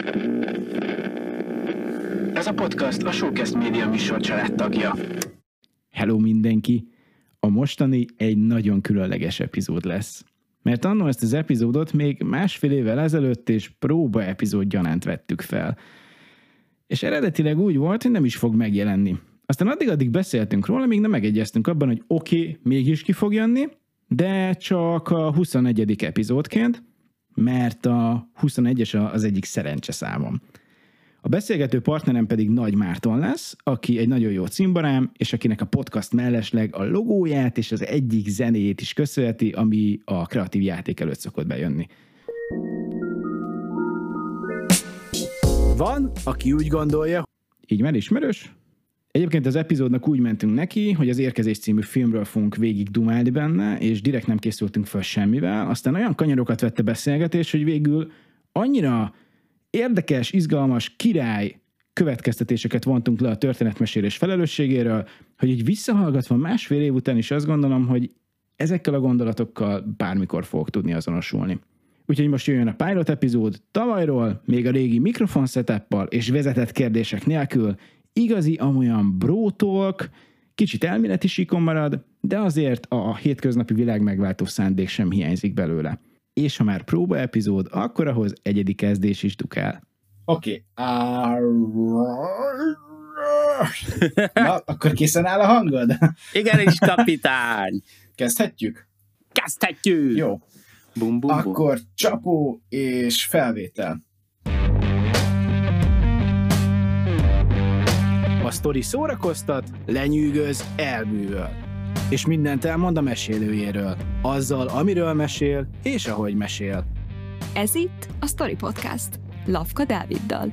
Ez a podcast a Showcast Media műsor családtagja. Hello mindenki! A mostani egy nagyon különleges epizód lesz. Mert annól ezt az epizódot még másfél évvel ezelőtt és próba epizód gyanánt vettük fel. És eredetileg úgy volt, hogy nem is fog megjelenni. Aztán addig beszéltünk róla, még nem megegyeztünk abban, hogy oké, mégis ki fog jönni, de csak a 21. epizódként, mert a 21-es az egyik szerencseszámom. A beszélgető partnerem pedig Nagy Márton lesz, aki egy nagyon jó cimborám, és akinek a podcast mellesleg a logóját és az egyik zenéjét is köszönheti, ami a kreatív játék előtt szokott bejönni. Van, aki úgy gondolja, így már ismerős? Egyébként az epizódnak úgy mentünk neki, hogy az Érkezés című filmről fogunk végig dumálni benne, és direkt nem készültünk fel semmivel, aztán olyan kanyarokat vett a beszélgetés, hogy végül annyira érdekes, izgalmas, király következtetéseket vontunk le a történetmesélés felelősségéről, hogy így visszahallgatva másfél év után is azt gondolom, hogy ezekkel a gondolatokkal bármikor fogok tudni azonosulni. Úgyhogy most jöjjön a pilot epizód tavalyról, még a régi mikrofon setuppal és vezetett kérdések nélkül, igazi amolyan bro talk, kicsit elméleti síkon marad, de azért a hétköznapi világ megváltó szándék sem hiányzik belőle. És ha már próba epizód, akkor ahhoz egyedi kezdés is dukál. Oké. Na, akkor készen áll a hangod? Igenis, kapitány! Kezdhetjük? Kezdhetjük! Jó. Bum, bum, akkor csapó és felvétel. A sztori szórakoztat, lenyűgöz, elbűvöl. És mindent elmond a mesélőjéről. Azzal, amiről mesél, és ahogy mesél. Ez itt a Story Podcast. Lavka Dáviddal.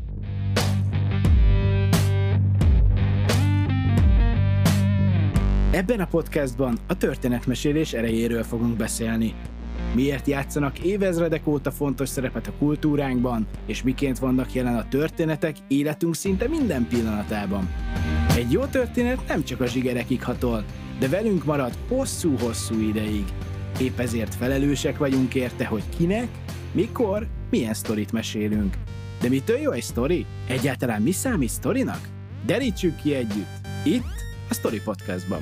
Ebben a podcastban a történetmesélés erejéről fogunk beszélni. Miért játszanak évezredek óta fontos szerepet a kultúránkban, és miként vannak jelen a történetek életünk szinte minden pillanatában. Egy jó történet nem csak a zsigerekig hatol, de velünk marad hosszú-hosszú ideig. Épp ezért felelősek vagyunk érte, hogy kinek, mikor, milyen sztorit mesélünk. De mitől jó egy sztori? Egyáltalán mi számít sztorinak? Derítsük ki együtt, itt a Story Podcastban.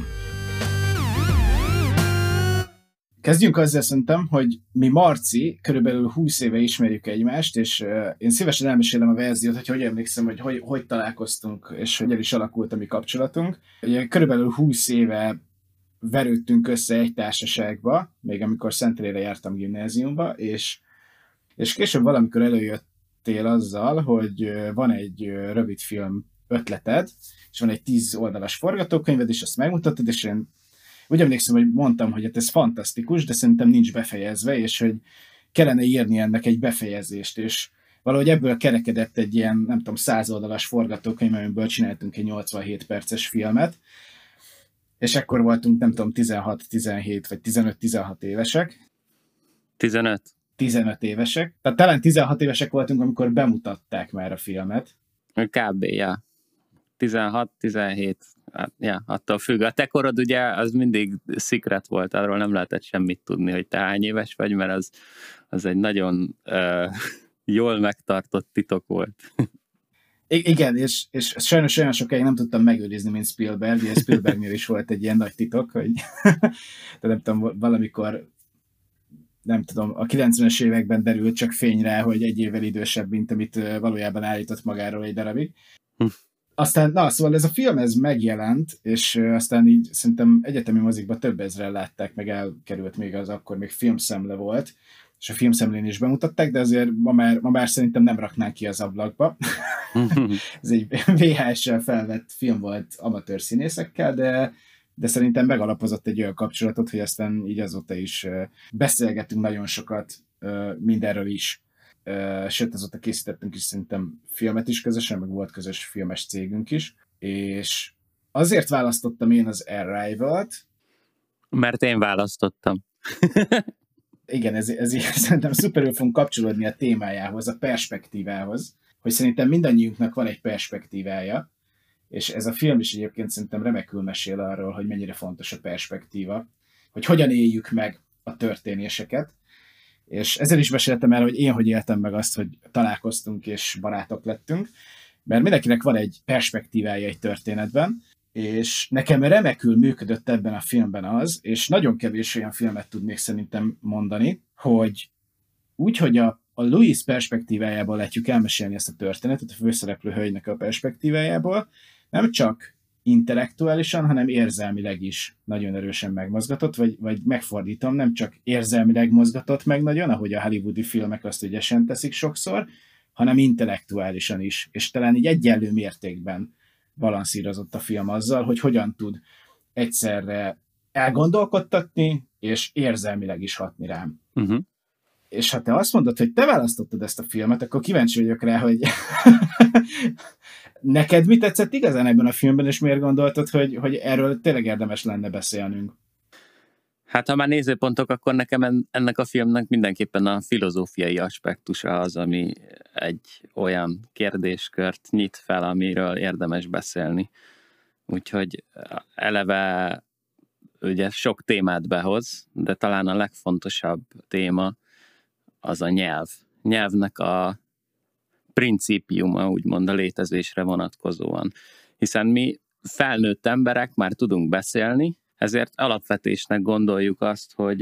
Kezdjünk azzal szerintem, hogy mi Marci körülbelül 20 éve ismerjük egymást, és én szívesen elmesélem a verziót, hogy emlékszem, hogy találkoztunk, és hogy el is alakult a mi kapcsolatunk. Ugye körülbelül 20 éve verődtünk össze egy társaságba, még amikor Szenterére jártam gimnáziumba, és később valamikor előjöttél azzal, hogy van egy rövidfilm ötleted, és van egy 10 oldalas forgatókönyved, és azt megmutattad, és én úgy emlékszem, hogy mondtam, hogy hát ez fantasztikus, de szerintem nincs befejezve, és hogy kellene írni ennek egy befejezést, és valahogy ebből kerekedett egy ilyen, nem tudom, 100 oldalas forgatókönyv, amiből csináltunk egy 87 perces filmet, és ekkor voltunk, nem tudom, 16-17 vagy 15-16 évesek. 15? 15 évesek. Tehát talán 16 évesek voltunk, amikor bemutatták már a filmet. Kb. Ja. 16-17. Ja, attól függ. A te korod ugye az mindig secret volt, arról nem lehetett semmit tudni, hogy te hány éves vagy, mert az egy nagyon jól megtartott titok volt. Igen, és sajnos olyan sokáig nem tudtam megőrizni, mint Spielberg, és Spielbergnél is volt egy ilyen nagy titok, hogy de nem tudom, valamikor nem tudom, a 90-es években derült csak fény rá, hogy egy évvel idősebb, mint amit valójában állított magáról egy darabig. Aztán, szóval ez a film, ez megjelent, és aztán így szerintem egyetemi mozikban több ezren látták, meg elkerült még az, akkor még filmszemle volt, és a filmszemlén is bemutatták, de azért ma már szerintem nem raknánk ki az ablakba. Ez egy VHS-sel felvett film volt amatőr színészekkel, de szerintem megalapozott egy olyan kapcsolatot, hogy aztán így azóta is beszélgetünk nagyon sokat mindenről is. Sőt, azóta készítettünk is szerintem filmet is közösen, meg volt közös filmes cégünk is, és azért választottam én az Arrival-t. Mert én választottam. Igen, ez szerintem szuperül fogunk kapcsolódni a témájához, a perspektívához, hogy szerintem mindannyiunknak van egy perspektívája, és ez a film is egyébként szerintem remekül mesél arról, hogy mennyire fontos a perspektíva, hogy hogyan éljük meg a történéseket, És ezzel is meséltem el, hogy én hogy éltem meg azt, hogy találkoztunk és barátok lettünk, mert mindenkinek van egy perspektívája egy történetben, és nekem remekül működött ebben a filmben az, és nagyon kevés olyan filmet tudnék szerintem mondani, hogy úgy, hogy a Louise perspektívájából lehetjük elmesélni ezt a történetet, a főszereplő hölgynek a perspektívájából, nem csak intellektuálisan, hanem érzelmileg is nagyon erősen megmozgatott, vagy megfordítom, nem csak érzelmileg mozgatott meg nagyon, ahogy a hollywoodi filmek azt ügyesen teszik sokszor, hanem intellektuálisan is, és talán így egyenlő mértékben balanszírozott a film azzal, hogy hogyan tud egyszerre elgondolkodtatni, és érzelmileg is hatni rám. Uh-huh. És ha te azt mondod, hogy te választottad ezt a filmet, akkor kíváncsi vagyok rá, hogy neked mi tetszett igazán ebben a filmben, és miért gondoltad, hogy erről tényleg érdemes lenne beszélnünk? Hát ha már nézőpontok, akkor nekem ennek a filmnek mindenképpen a filozófiai aspektusa az, ami egy olyan kérdéskört nyit fel, amiről érdemes beszélni. Úgyhogy eleve ugye sok témát behoz, de talán a legfontosabb téma az a nyelv. Nyelvnek a principiuma, úgymond a létezésre vonatkozóan. Hiszen mi felnőtt emberek már tudunk beszélni, ezért alapvetésnek gondoljuk azt, hogy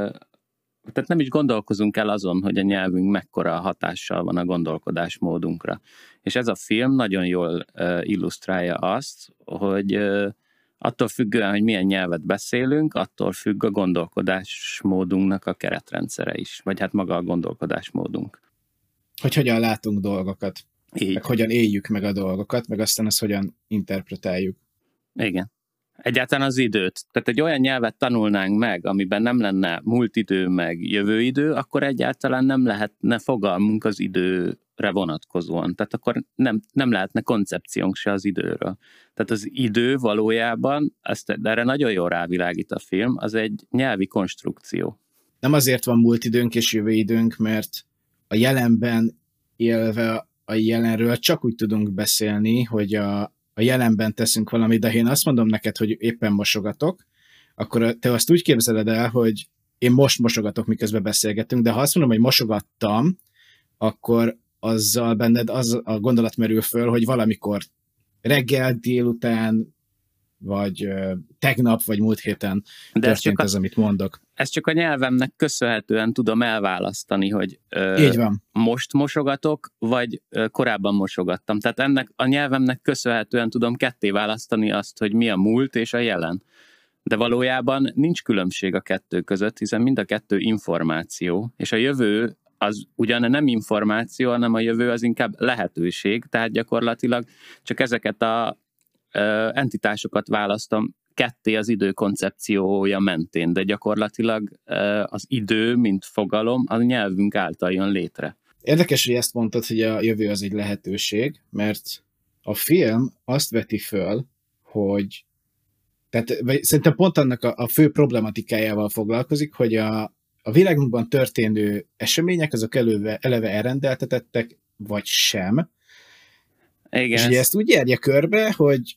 tehát nem is gondolkozunk el azon, hogy a nyelvünk mekkora hatással van a gondolkodásmódunkra. És ez a film nagyon jól illusztrálja azt, hogy attól függően, hogy milyen nyelvet beszélünk, attól függ a gondolkodásmódunknak a keretrendszere is, vagy hát maga a gondolkodásmódunk. Hogy hogyan látunk dolgokat, Így. meg hogyan éljük meg a dolgokat, meg aztán azt hogyan interpretáljuk. Igen. Egyáltalán az időt. Tehát egy olyan nyelvet tanulnánk meg, amiben nem lenne múlt idő meg jövő idő, akkor egyáltalán nem lehetne fogalmunk az időre vonatkozóan. Tehát akkor nem lehetne koncepciónk se az időről. Tehát az idő valójában, de erre nagyon jól rávilágít a film, az egy nyelvi konstrukció. Nem azért van múlt időnk és jövő időnk, mert a jelenben élve a jelenről csak úgy tudunk beszélni, hogy a jelenben teszünk valamit, de ha én azt mondom neked, hogy éppen mosogatok, akkor te azt úgy képzeled el, hogy én most mosogatok, miközben beszélgetünk, de ha azt mondom, hogy mosogattam, akkor azzal benned az a gondolat merül föl, hogy valamikor reggel, délután, vagy tegnap, vagy múlt héten történt az, amit mondok. Ezt csak a nyelvemnek köszönhetően tudom elválasztani, hogy így van. Most mosogatok, vagy korábban mosogattam. Tehát ennek a nyelvemnek köszönhetően tudom ketté választani azt, hogy mi a múlt és a jelen. De valójában nincs különbség a kettő között, hiszen mind a kettő információ, és a jövő az ugyan nem információ, hanem a jövő az inkább lehetőség, tehát gyakorlatilag csak ezeket a entitásokat választom ketté az idő koncepciója mentén, de gyakorlatilag az idő, mint fogalom, a nyelvünk által jön létre. Érdekes, hogy ezt mondtad, hogy a jövő az egy lehetőség, mert a film azt veti föl, hogy szerintem pont annak a fő problematikájával foglalkozik, hogy a világunkban történő események, azok eleve elrendeltetettek, vagy sem. Igen, és ugye ezt úgy járja körbe,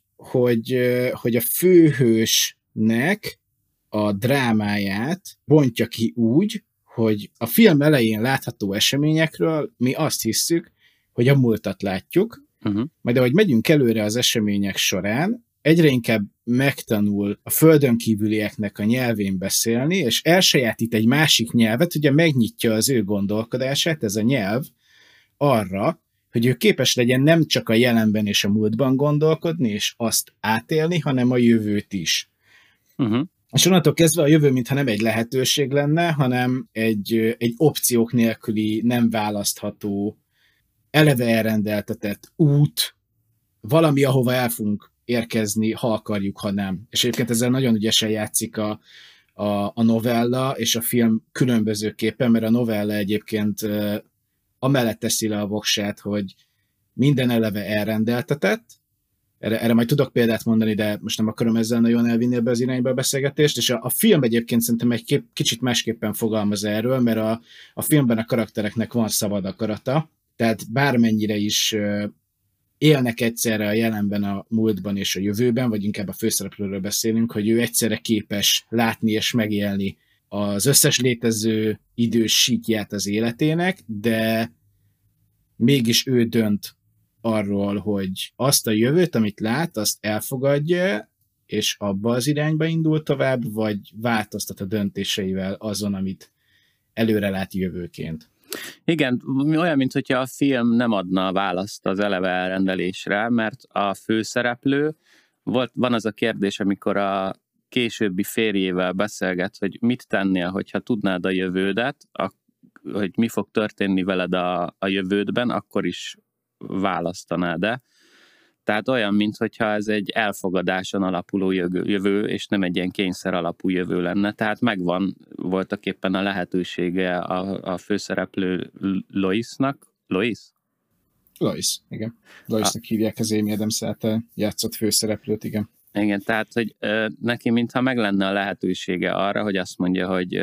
hogy a főhősnek a drámáját bontja ki úgy, hogy a film elején látható eseményekről mi azt hisszük, hogy a múltat látjuk, majd ahogy megyünk előre az események során, egyre inkább megtanul a földön kívülieknek a nyelvén beszélni, és elsajátít egy másik nyelvet, ugye megnyitja az ő gondolkodását, ez a nyelv arra, hogy ő képes legyen nem csak a jelenben és a múltban gondolkodni, és azt átélni, hanem a jövőt is. És onnantól kezdve a jövő mintha nem egy lehetőség lenne, hanem egy opciók nélküli, nem választható, eleve elrendeltetett út, valami, ahova el fogunk érkezni, ha akarjuk, ha nem. És egyébként ezzel nagyon ügyesen játszik a novella és a film különbözőképpen, mert a novella egyébként amellett teszi le a voksát, hogy minden eleve elrendeltetett. Erre majd tudok példát mondani, de most nem akarom ezzel nagyon elvinni ebbe az irányba a beszélgetést, és a film egyébként szerintem egy kicsit másképpen fogalmaz erről, mert a filmben a karaktereknek van szabad akarata, tehát bármennyire is élnek egyszerre a jelenben, a múltban és a jövőben, vagy inkább a főszereplőről beszélünk, hogy ő egyszerre képes látni és megélni az összes létező idős síkját az életének, de mégis ő dönt arról, hogy azt a jövőt, amit lát, azt elfogadja, és abba az irányba indul tovább, vagy változtat a döntéseivel azon, amit előre lát jövőként. Igen, olyan, mintha a film nem adna választ az eleve elrendelésre, mert a főszereplő, van az a kérdés, amikor a későbbi férjével beszélget, hogy mit tennél, hogyha tudnád a jövődet, hogy mi fog történni veled a jövődben, akkor is választanád-e. Tehát olyan, mintha ez egy elfogadáson alapuló jövő, és nem egy ilyen kényszer alapú jövő lenne. Tehát megvan voltak éppen a lehetősége a főszereplő Loisnak. Lois, igen. Loisnak hívják az Amy Adams által játszott főszereplőt, igen. Igen, tehát, hogy neki mintha meg lenne a lehetősége arra, hogy azt mondja, hogy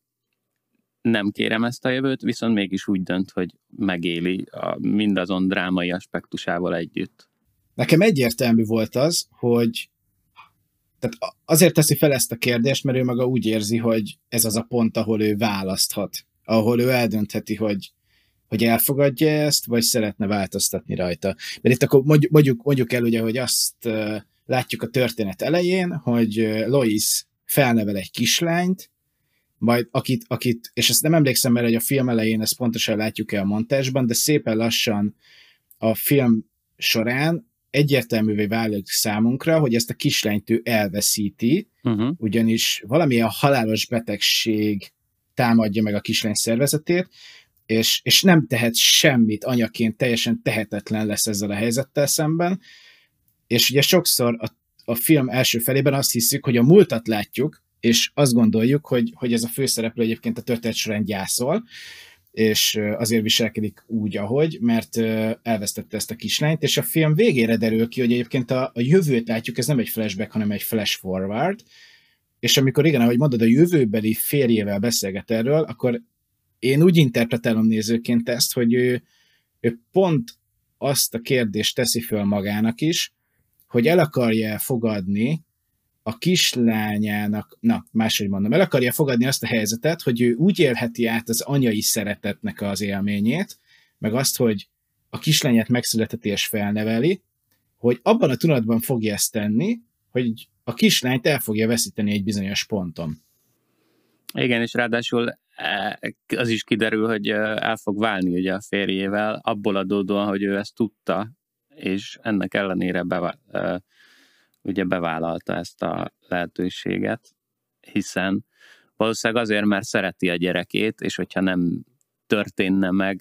nem kérem ezt a jövőt, viszont mégis úgy dönt, hogy megéli mindazon drámai aspektusával együtt. Nekem egyértelmű volt az, hogy tehát azért teszi fel ezt a kérdést, mert ő maga úgy érzi, hogy ez az a pont, ahol ő választhat, ahol ő eldöntheti, hogy elfogadja ezt, vagy szeretne változtatni rajta. Mert itt akkor mondjuk el ugye, hogy azt látjuk a történet elején, hogy Lois felnevel egy kislányt, majd akit, és ezt nem emlékszem, mert hogy a film elején ezt pontosan látjuk el a montázsban, de szépen lassan a film során egyértelművé válik számunkra, hogy ezt a kislányt ő elveszíti, ugyanis valamilyen halálos betegség támadja meg a kislány szervezetét, és nem tehet semmit anyaként, teljesen tehetetlen lesz ezzel a helyzettel szemben, és ugye sokszor a film első felében azt hiszük, hogy a múltat látjuk, és azt gondoljuk, hogy ez a főszereplő egyébként a történet során gyászol, és azért viselkedik úgy, ahogy, mert elvesztette ezt a kislányt, és a film végére derül ki, hogy egyébként a jövőt látjuk, ez nem egy flashback, hanem egy flash forward, és amikor igen, ahogy mondod, a jövőbeli férjével beszélget erről, akkor én úgy interpretálom nézőként ezt, hogy ő pont azt a kérdést teszi föl magának is, hogy el akarja fogadni a kislányának, máshogy mondom, el akarja fogadni azt a helyzetet, hogy ő úgy élheti át az anyai szeretetnek az élményét, meg azt, hogy a kislányát megszületeti és felneveli, hogy abban a tudatban fogja ezt tenni, hogy a kislányt el fogja veszíteni egy bizonyos ponton. Igen, és ráadásul az is kiderül, hogy el fog válni ugye a férjével, abból adódóan, hogy ő ezt tudta, és ennek ellenére ugye bevállalta ezt a lehetőséget, hiszen valószínűleg azért, mert szereti a gyerekét, és hogyha nem történne meg,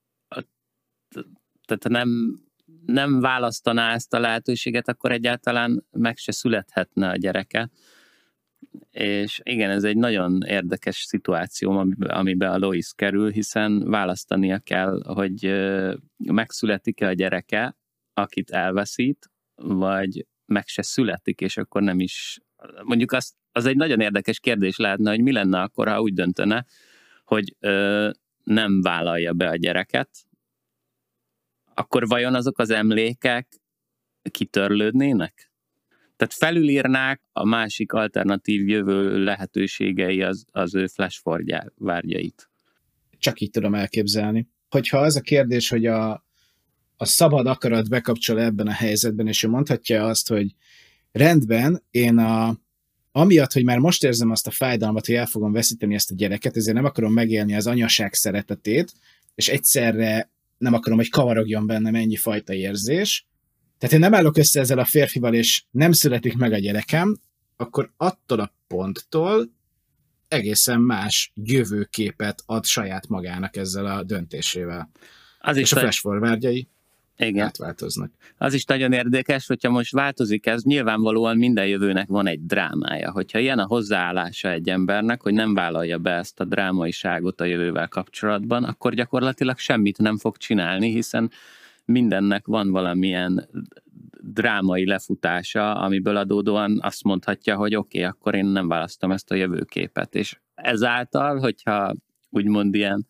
tehát nem választaná ezt a lehetőséget, akkor egyáltalán meg se születhetne a gyereke. És igen, ez egy nagyon érdekes szituáció, amiben a Lois kerül, hiszen választania kell, hogy megszületik-e a gyereke, akit elveszít, vagy meg se születik, és akkor nem is... Mondjuk az egy nagyon érdekes kérdés lehetne, hogy mi lenne akkor, ha úgy döntene, hogy nem vállalja be a gyereket, akkor vajon azok az emlékek kitörlődnének? Tehát felülírnák a másik alternatív jövő lehetőségei az ő flash forwardjait. Csak így tudom elképzelni. Hogyha az a kérdés, hogy a szabad akarat bekapcsol ebben a helyzetben, és ő mondhatja azt, hogy rendben, én amiatt, hogy már most érzem azt a fájdalmat, hogy el fogom veszíteni ezt a gyereket, ezért nem akarom megélni az anyaság szeretetét, és egyszerre nem akarom, hogy kavarogjon bennem ennyi fajta érzés. Tehát én nem állok össze ezzel a férfival, és nem születik meg a gyerekem, akkor attól a ponttól egészen más jövőképet ad saját magának ezzel a döntésével. És a flash forwardjai átváltoznak. Az is nagyon érdekes, hogyha most változik ez, nyilvánvalóan minden jövőnek van egy drámája. Hogyha ilyen a hozzáállása egy embernek, hogy nem vállalja be ezt a drámaiságot a jövővel kapcsolatban, akkor gyakorlatilag semmit nem fog csinálni, hiszen mindennek van valamilyen drámai lefutása, amiből adódóan azt mondhatja, hogy oké, akkor én nem választom ezt a jövőképet. És ezáltal, hogyha úgymond ilyen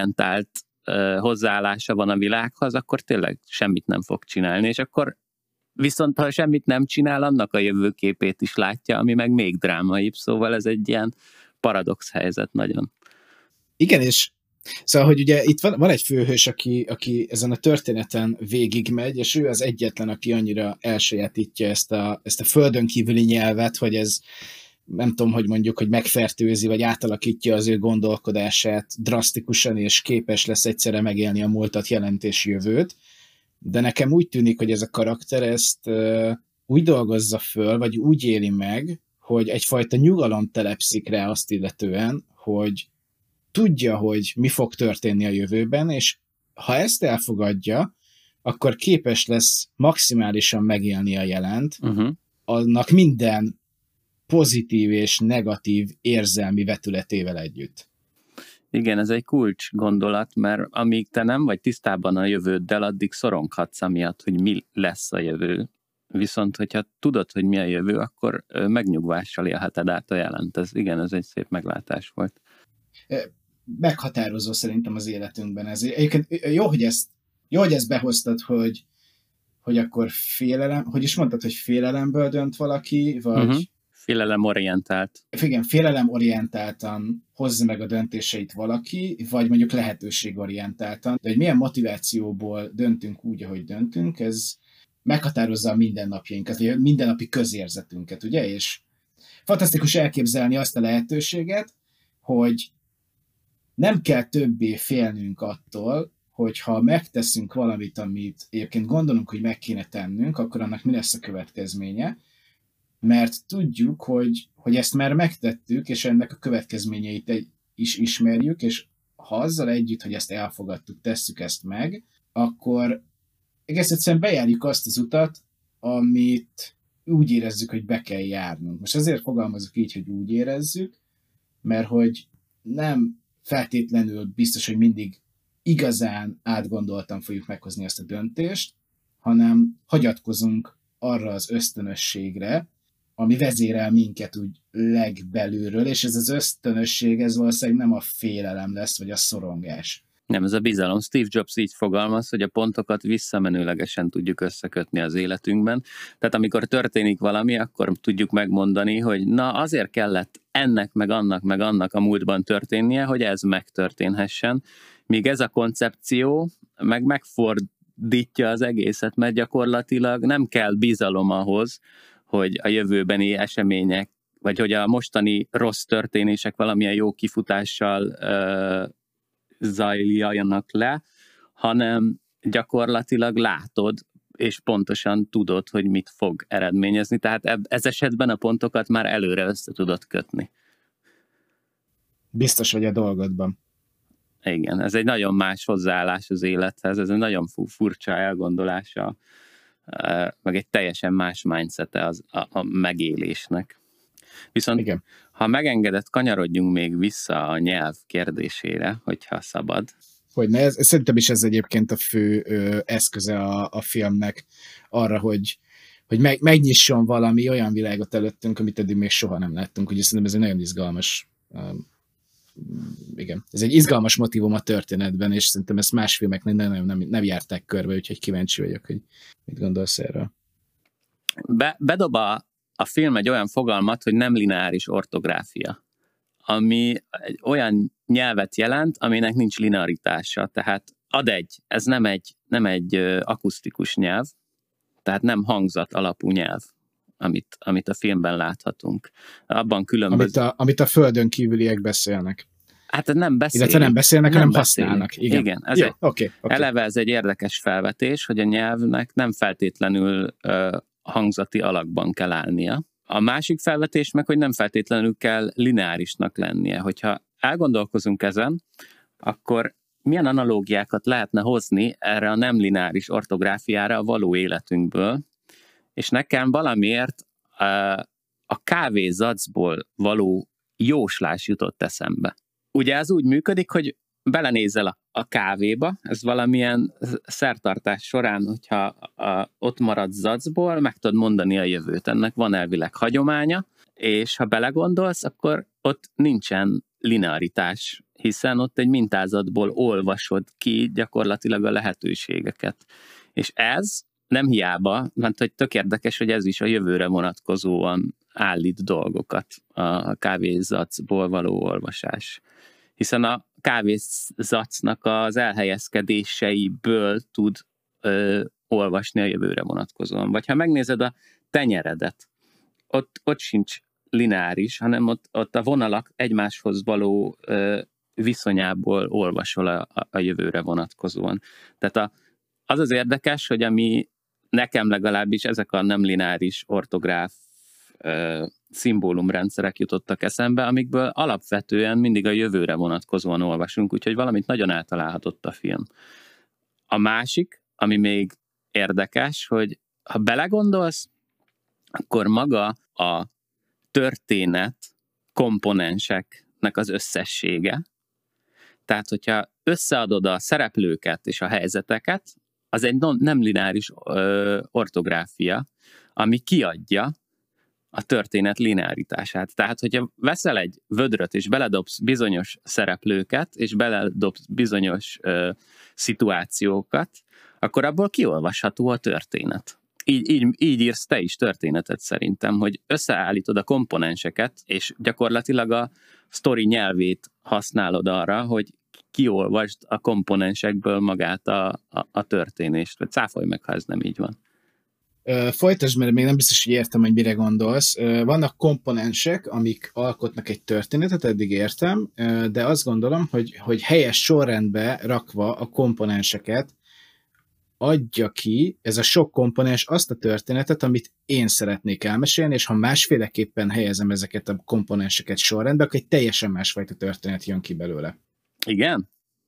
félelemorientált hozzáállása van a világhoz, akkor tényleg semmit nem fog csinálni, és akkor Viszont ha semmit nem csinál, annak a jövőképét is látja, ami meg még drámaibb, szóval ez egy ilyen paradox helyzet nagyon. Igen, és szóval, hogy ugye itt van egy főhős, aki ezen a történeten végigmegy, és ő az egyetlen, aki annyira elsajátítja ezt a földön kívüli nyelvet, hogy ez nem tudom, hogy mondjuk, hogy megfertőzi, vagy átalakítja az ő gondolkodását drasztikusan, és képes lesz egyszerre megélni a múltat, jelent és jövőt. De nekem úgy tűnik, hogy ez a karakter ezt úgy dolgozza föl, vagy úgy éli meg, hogy egyfajta nyugalom telepszik rá azt illetően, hogy tudja, hogy mi fog történni a jövőben, és ha ezt elfogadja, akkor képes lesz maximálisan megélni a jelent, annak minden pozitív és negatív érzelmi vetületével együtt. Igen, ez egy kulcs gondolat, mert amíg te nem vagy tisztában a jövőddel, addig szoronghatsz amiatt, hogy mi lesz a jövő. Viszont, hogyha tudod, hogy mi a jövő, akkor megnyugvással élheted át a jelent. Ez egy szép meglátás volt. Meghatározó szerintem az életünkben ez. Egyébként jó, hogy ezt behoztad, hogy akkor félelem, hogy is mondtad, hogy félelemből dönt valaki, vagy... Félelemorientált. Igen, félelemorientáltan hozza meg a döntéseit valaki, vagy mondjuk lehetőségorientáltan. De hogy milyen motivációból döntünk úgy, ahogy döntünk, ez meghatározza a mindennapjainkat, vagy a mindennapi közérzetünket, ugye? És fantasztikus elképzelni azt a lehetőséget, hogy nem kell többé félnünk attól, hogyha megteszünk valamit, amit egyébként gondolunk, hogy meg kéne tennünk, akkor annak mi lesz a következménye, mert tudjuk, hogy ezt már megtettük, és ennek a következményeit is ismerjük, és ha azzal együtt, hogy ezt elfogadtuk, tesszük ezt meg, akkor egész egyszerűen bejárjuk azt az utat, amit úgy érezzük, hogy be kell járnunk. Most azért fogalmazok így, hogy úgy érezzük, mert hogy nem feltétlenül biztos, hogy mindig igazán átgondoltan fogjuk meghozni ezt a döntést, hanem hagyatkozunk arra az ösztönösségre, ami vezérel minket úgy legbelülről, és ez az ösztönösség, ez valószínűleg nem a félelem lesz, vagy a szorongás. Nem, ez a bizalom. Steve Jobs így fogalmaz, hogy a pontokat visszamenőlegesen tudjuk összekötni az életünkben. Tehát amikor történik valami, akkor tudjuk megmondani, hogy na azért kellett ennek, meg annak a múltban történnie, hogy ez megtörténhessen. Míg ez a koncepció megfordítja az egészet, mert gyakorlatilag nem kell bizalom ahhoz, hogy a jövőbeni események, vagy hogy a mostani rossz történések valamilyen jó kifutással zajljanak le, hanem gyakorlatilag látod, és pontosan tudod, hogy mit fog eredményezni. Tehát ez esetben a pontokat már előre össze tudod kötni. Biztos vagy a dolgodban. Igen, ez egy nagyon más hozzáállás az élethez, ez egy nagyon furcsa elgondolása, meg egy teljesen más mindsete a megélésnek. Viszont igen, ha megengedett, kanyarodjunk még vissza a nyelv kérdésére, hogyha szabad. Hogyne, szerintem is ez egyébként a fő eszköze a filmnek arra, hogy megnyisson valami olyan világot előttünk, amit eddig még soha nem láttunk. Ugye szerintem ez egy nagyon izgalmas igen, ez egy izgalmas motívum a történetben, és szerintem ezt más filmeknek nem járták körbe, úgyhogy kíváncsi vagyok, hogy mit gondolsz erről. Bedob a film egy olyan fogalmat, hogy nem lineáris ortográfia, ami egy olyan nyelvet jelent, aminek nincs linearitása, tehát ez nem egy akusztikus nyelv, tehát nem hangzat alapú nyelv, amit a filmben láthatunk. Abban különböző... Amit a földön kívüliek beszélnek. Hát nem beszélnek. Illetve nem beszélnek, hanem használnak. Igen. Okay. Eleve ez egy érdekes felvetés, hogy a nyelvnek nem feltétlenül hangzati alakban kell állnia. A másik felvetés meg, hogy nem feltétlenül kell lineárisnak lennie. Hogyha elgondolkozunk ezen, akkor milyen analógiákat lehetne hozni erre a nem lineáris ortográfiára a való életünkből, és nekem valamiért a kávézacból való jóslás jutott eszembe. Ugye ez úgy működik, hogy belenézel a kávéba, ez valamilyen szertartás során, hogyha ott maradsz zacból, meg tudod mondani a jövőt. Ennek van elvileg hagyománya, és ha belegondolsz, akkor ott nincsen linearitás, hiszen ott egy mintázatból olvasod ki gyakorlatilag a lehetőségeket. És ez nem hiába, mert hogy tök érdekes, hogy ez is a jövőre vonatkozóan állít dolgokat a kávézacból való olvasás. Hiszen a kávézacnak az elhelyezkedéseiből tud olvasni a jövőre vonatkozóan. Vagy ha megnézed a tenyeredet, ott sincs lineáris, hanem ott a vonalak egymáshoz való viszonyából olvasol a jövőre vonatkozóan. Tehát az az érdekes, hogy ami nekem legalábbis ezek a nem lineáris ortográf szimbólumrendszerek jutottak eszembe, amikből alapvetően mindig a jövőre vonatkozóan olvasunk, úgyhogy valamit nagyon eltalálhatott a film. A másik, ami még érdekes, hogy ha belegondolsz, akkor maga a történet komponenseknek az összessége, tehát hogyha összeadod a szereplőket és a helyzeteket, az egy nem lineáris ortográfia, ami kiadja a történet linearitását. Tehát, hogyha veszel egy vödröt, és beledobsz bizonyos szereplőket, és beledobsz bizonyos szituációkat, akkor abból kiolvasható a történet. Így írsz te is történetet szerintem, hogy összeállítod a komponenseket, és gyakorlatilag a sztori nyelvét használod arra, hogy kiolvasd a komponensekből magát a történést. Vagy cáfolj meg, ha ez nem így van. Folytasd, mert még nem biztos, hogy értem, hogy mire gondolsz. Vannak komponensek, amik alkotnak egy történetet, eddig értem, de azt gondolom, hogy helyes sorrendbe rakva a komponenseket adja ki ez a sok komponens azt a történetet, amit én szeretnék elmesélni, és ha másféleképpen helyezem ezeket a komponenseket sorrendbe, akkor egy teljesen másfajta történet jön ki belőle. Igen?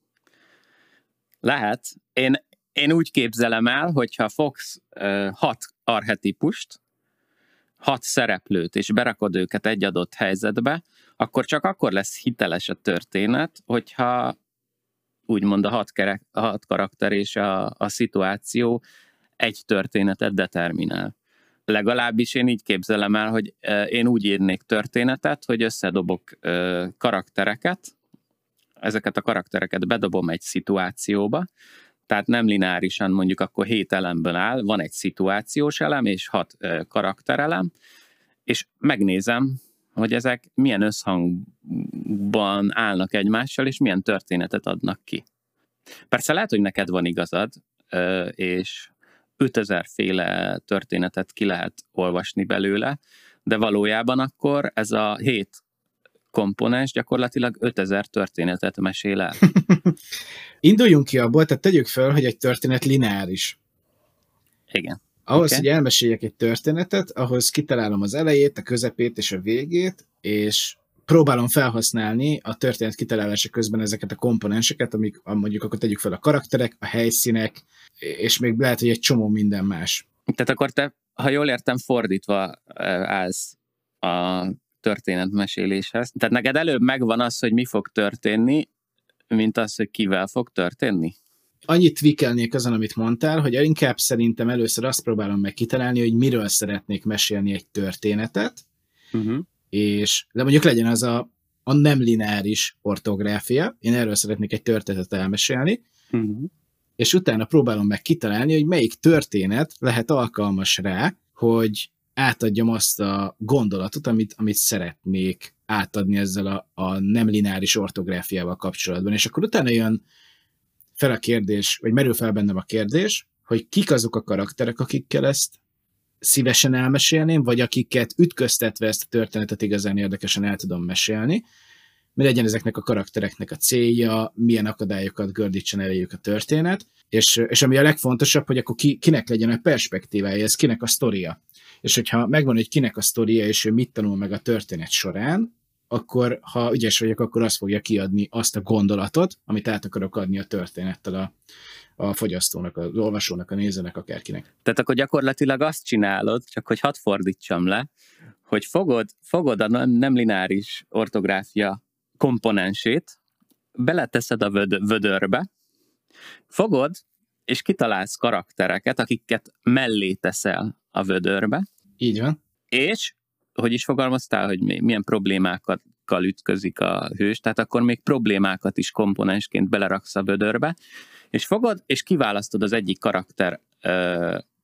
Lehet. Én úgy képzelem el, hogyha fogsz 6 archetípust, 6 szereplőt, és berakod őket egy adott helyzetbe, akkor csak akkor lesz hiteles a történet, hogyha úgymond a 6 karakter és a szituáció egy történetet determinál. Legalábbis én így képzelem el, hogy én úgy írnék történetet, hogy összedobok karaktereket, ezeket a karaktereket bedobom egy szituációba, tehát nem lineárisan mondjuk akkor 7 elemből áll, van egy szituációs elem és 6 karakterelem, és megnézem, hogy ezek milyen összhangban állnak egymással, és milyen történetet adnak ki. Persze lehet, hogy neked van igazad, és 5000 féle történetet ki lehet olvasni belőle, de valójában akkor ez a 7 komponens gyakorlatilag 5000 történetet mesél el. Induljunk ki abból, tehát tegyük fel, hogy egy történet lineáris. Igen. Ahhoz, hogy elmeséljek egy történetet, ahhoz kitalálom az elejét, a közepét és a végét, és próbálom felhasználni a történet kitalálása közben ezeket a komponenseket, amik mondjuk akkor tegyük fel a karakterek, a helyszínek, és még lehet, hogy egy csomó minden más. Tehát akkor te, ha jól értem, fordítva állsz a történetmeséléshez. Tehát neked előbb megvan az, hogy mi fog történni, mint az, hogy kivel fog történni? Annyit tweakelnék azon, amit mondtál, hogy inkább szerintem először azt próbálom meg kitalálni, hogy miről szeretnék mesélni egy történetet, de mondjuk legyen az a nem lineáris ortográfia, én erről szeretnék egy történetet elmesélni, és utána próbálom meg kitalálni, hogy melyik történet lehet alkalmas rá, hogy átadjam azt a gondolatot, amit szeretnék átadni ezzel a nem lineáris ortográfiával kapcsolatban. És akkor utána jön fel a kérdés, vagy merül fel bennem a kérdés, hogy kik azok a karakterek, akikkel ezt szívesen elmesélném, vagy akiket ütköztetve ezt a történetet igazán érdekesen el tudom mesélni. Mi legyen ezeknek a karaktereknek a célja, milyen akadályokat gördítsen eléjük a történet, és ami a legfontosabb, hogy akkor kinek legyen a perspektívája, ez kinek a sztoria. És hogyha megvan, hogy kinek a sztoria, és ő mit tanul meg a történet során, akkor, ha ügyes vagyok, akkor azt fogja kiadni azt a gondolatot, amit át akarok adni a történettel a fogyasztónak, az olvasónak, a nézőnek, akárkinek. Tehát akkor gyakorlatilag azt csinálod, csak hogy hadd fordítsam le, hogy fogod a nem lineáris ortográfia komponensét, beleteszed a vödörbe, fogod, és kitalálsz karaktereket, akiket mellé teszel a vödörbe. Így van. És, hogy is fogalmaztál, hogy milyen problémákkal ütközik a hős, tehát akkor még problémákat is komponensként beleraksz a vödörbe, és fogod, és kiválasztod az egyik karakter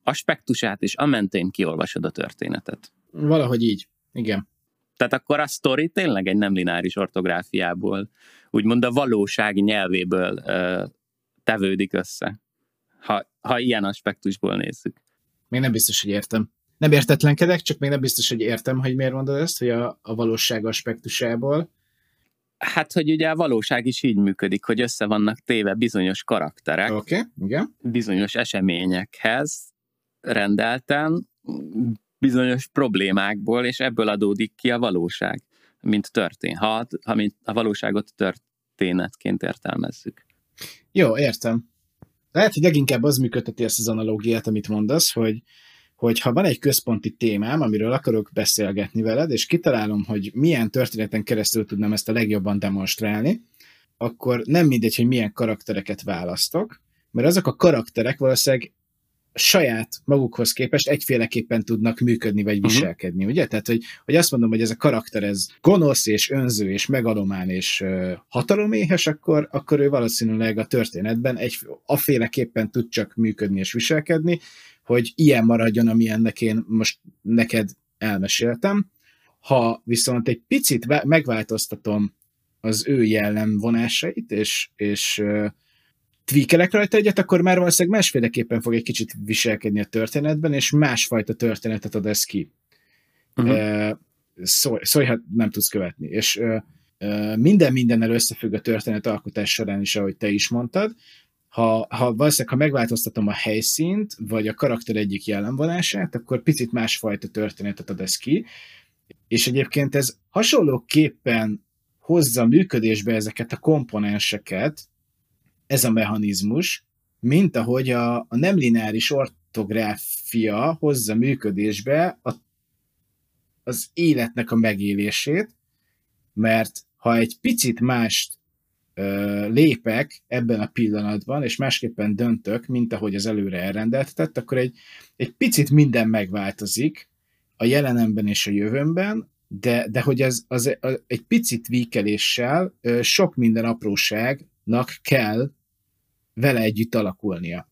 aspektusát, és amentén kiolvasod a történetet. Valahogy így, igen. Tehát akkor a sztori tényleg egy nem lineáris ortográfiából, úgymond a valóság nyelvéből tevődik össze, ha ilyen aspektusból nézzük. Még nem biztos, hogy értem. Nem értetlenkedek, csak még nem biztos, hogy értem, hogy miért mondod ezt, hogy a valóság aspektusából. Hát, hogy ugye a valóság is így működik, hogy össze vannak téve bizonyos karakterek, Oké, igen. bizonyos eseményekhez rendelten, bizonyos problémákból, és ebből adódik ki a valóság, mint történet. Ha a valóságot történetként értelmezzük. Jó, értem. Lehet, hogy leginkább az működteti ezt az analógiát, amit mondasz, hogy ha van egy központi témám, amiről akarok beszélgetni veled, és kitalálom, hogy milyen történeten keresztül tudnám ezt a legjobban demonstrálni, akkor nem mindegy, hogy milyen karaktereket választok, mert azok a karakterek valószínűleg saját magukhoz képest egyféleképpen tudnak működni vagy viselkedni, ugye? Tehát, hogy azt mondom, hogy ez a karakter ez gonosz és önző és megalomán és hataloméhes, akkor ő valószínűleg a történetben aféleképpen tud csak működni és viselkedni, hogy ilyen maradjon, amilyennek én most neked elmeséltem. Ha viszont egy picit megváltoztatom az ő jellemvonásait, és tweakelek rajta egyet, akkor már valószínűleg másféleképpen fog egy kicsit viselkedni a történetben, és másfajta történetet ad ez ki. Szólj, ha nem tudsz követni. És mindennel összefügg a történet alkotás során is, ahogy te is mondtad. Ha valószínűleg, ha megváltoztatom a helyszínt, vagy a karakter egyik jellemvonását, akkor picit másfajta történetet ad ez ki. És egyébként ez hasonlóképpen hozza működésbe ezeket a komponenseket, ez a mechanizmus, mint ahogy a nem lineáris ortográfia hozza működésbe az életnek a megélését, mert ha egy picit mást lépek ebben a pillanatban, és másképpen döntök, mint ahogy az előre elrendeltetett, akkor egy picit minden megváltozik a jelenemben és a jövőmben, de hogy az egy picit víkeléssel sok minden apróságnak kell vele együtt alakulnia.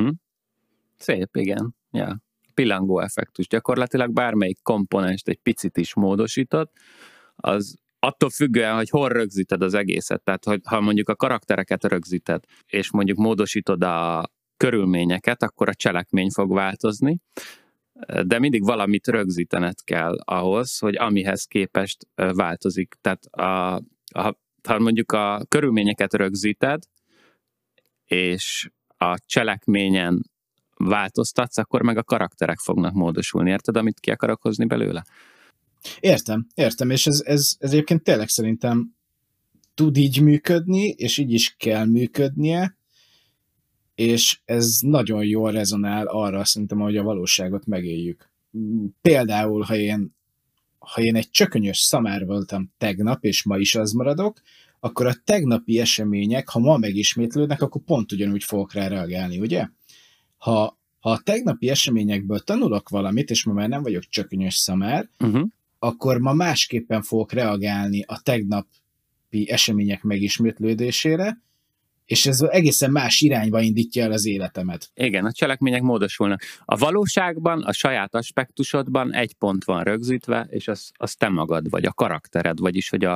Szép, igen. Ja. Pillangó effektus. Gyakorlatilag bármelyik komponenst egy picit is módosított, az attól függően, hogy hol rögzíted az egészet. Tehát, hogy ha mondjuk a karaktereket rögzíted, és mondjuk módosítod a körülményeket, akkor a cselekmény fog változni, de mindig valamit rögzítened kell ahhoz, hogy amihez képest változik. Tehát ha mondjuk a körülményeket rögzíted, és a cselekményen változtatsz, akkor meg a karakterek fognak módosulni. Érted, amit ki akarok hozni belőle? Értem, és ez egyébként tényleg szerintem tud így működni, és így is kell működnie, és ez nagyon jól rezonál arra szerintem, hogy a valóságot megéljük. Például, ha én egy csökönyös szamár voltam tegnap, és ma is az maradok, akkor a tegnapi események, ha ma megismétlődnek, akkor pont ugyanúgy fogok rá reagálni, ugye? Ha a tegnapi eseményekből tanulok valamit, és ma már nem vagyok csökönyös szamár, akkor ma másképpen fogok reagálni a tegnapi események megismétlődésére, és ez egészen más irányba indítja el az életemet. Igen, a cselekmények módosulnak. A valóságban, a saját aspektusodban egy pont van rögzítve, és az te magad vagy, a karaktered, vagyis hogy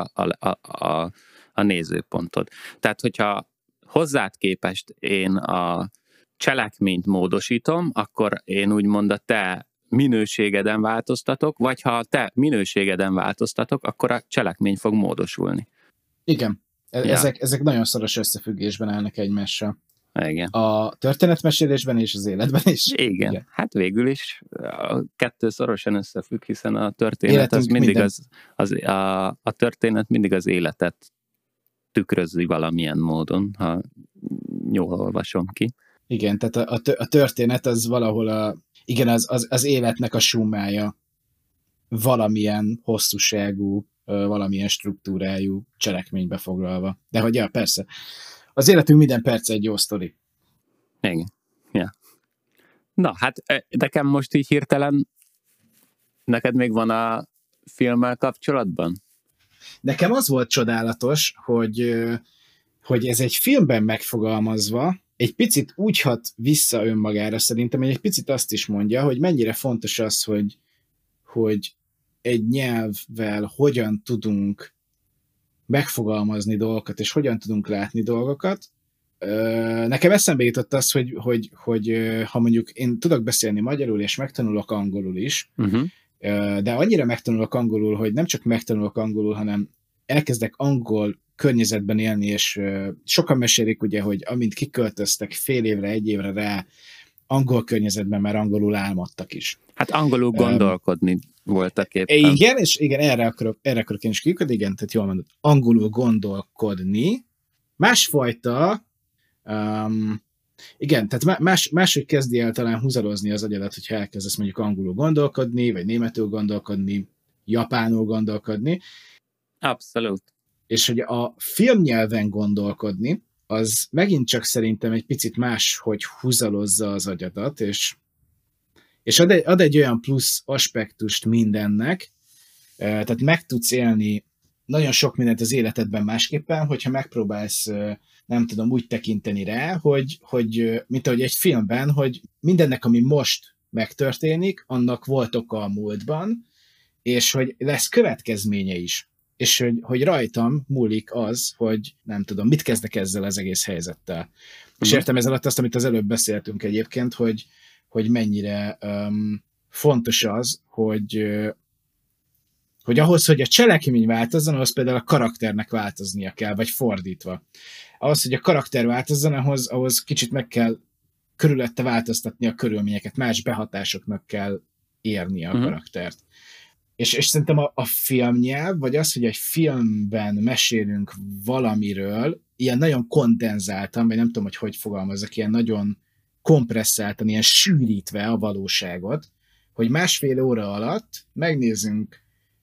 a nézőpontod. Tehát, hogyha hozzád képest én a cselekményt módosítom, akkor én úgymond a te minőségeden változtatok, vagy ha a te minőségeden változtatok, akkor a cselekmény fog módosulni. Igen. Ezek nagyon szoros összefüggésben állnak egymással. Igen. A történetmesélésben és az életben is. Igen. Hát végül is a kettő szorosan összefügg, hiszen a történet az mindig a történet mindig az életet tükrözi valamilyen módon, ha jól olvasom ki. Igen, tehát a történet az valahol az életnek a summája valamilyen hosszúságú, valamilyen struktúrájú cselekménybe foglalva. De hogy ja, persze. Az életünk minden perce egy jó sztori. Igen. Ja. Na, hát nekem most így hirtelen neked még van a filmmel kapcsolatban? Nekem az volt csodálatos, hogy ez egy filmben megfogalmazva, egy picit úgy hat vissza önmagára szerintem, hogy egy picit azt is mondja, hogy mennyire fontos az, hogy egy nyelvvel hogyan tudunk megfogalmazni dolgokat, és hogyan tudunk látni dolgokat. Nekem eszembe jutott az, hogy ha mondjuk én tudok beszélni magyarul, és megtanulok angolul is, de annyira megtanulok angolul, hogy nem csak megtanulok angolul, hanem elkezdek angol környezetben élni, és sokan mesélik ugye, hogy amint kiköltöztek fél évre, egy évre rá, angol környezetben már angolul álmodtak is. Hát angolul gondolkodni voltak éppen. Igen, és igen, erre akarok én is kikötni, igen, tehát jól mondod, angolul gondolkodni, másfajta, igen, tehát máshogy kezdi el talán húzalozni az agyadat, hogyha elkezdesz mondjuk angolul gondolkodni, vagy németül gondolkodni, japánul gondolkodni. Abszolút. És hogy a filmnyelven gondolkodni, az megint csak szerintem egy picit más, hogy húzalozza az agyadat, és ad egy olyan plusz aspektust mindennek, tehát meg tudsz élni nagyon sok mindent az életedben másképpen, hogyha megpróbálsz, nem tudom, úgy tekinteni rá, hogy mint ahogy egy filmben, hogy mindennek, ami most megtörténik, annak volt oka a múltban, és hogy lesz következménye is. És hogy rajtam múlik az, hogy nem tudom, mit kezdek ezzel az egész helyzettel. És értem ez alatt azt, amit az előbb beszéltünk egyébként, hogy mennyire fontos az, hogy ahhoz, hogy a cselekmény változzon, ahhoz például a karakternek változnia kell, vagy fordítva. Ahhoz, hogy a karakter változzon, ahhoz kicsit meg kell körülötte változtatni a körülményeket, más behatásoknak kell érnie a karaktert. És szerintem a filmnyelv, vagy az, hogy egy filmben mesélünk valamiről, ilyen nagyon kondenzáltan, vagy nem tudom, hogy fogalmazzak, ilyen nagyon kompresszáltan, ilyen sűrítve a valóságot, hogy másfél óra alatt megnézzünk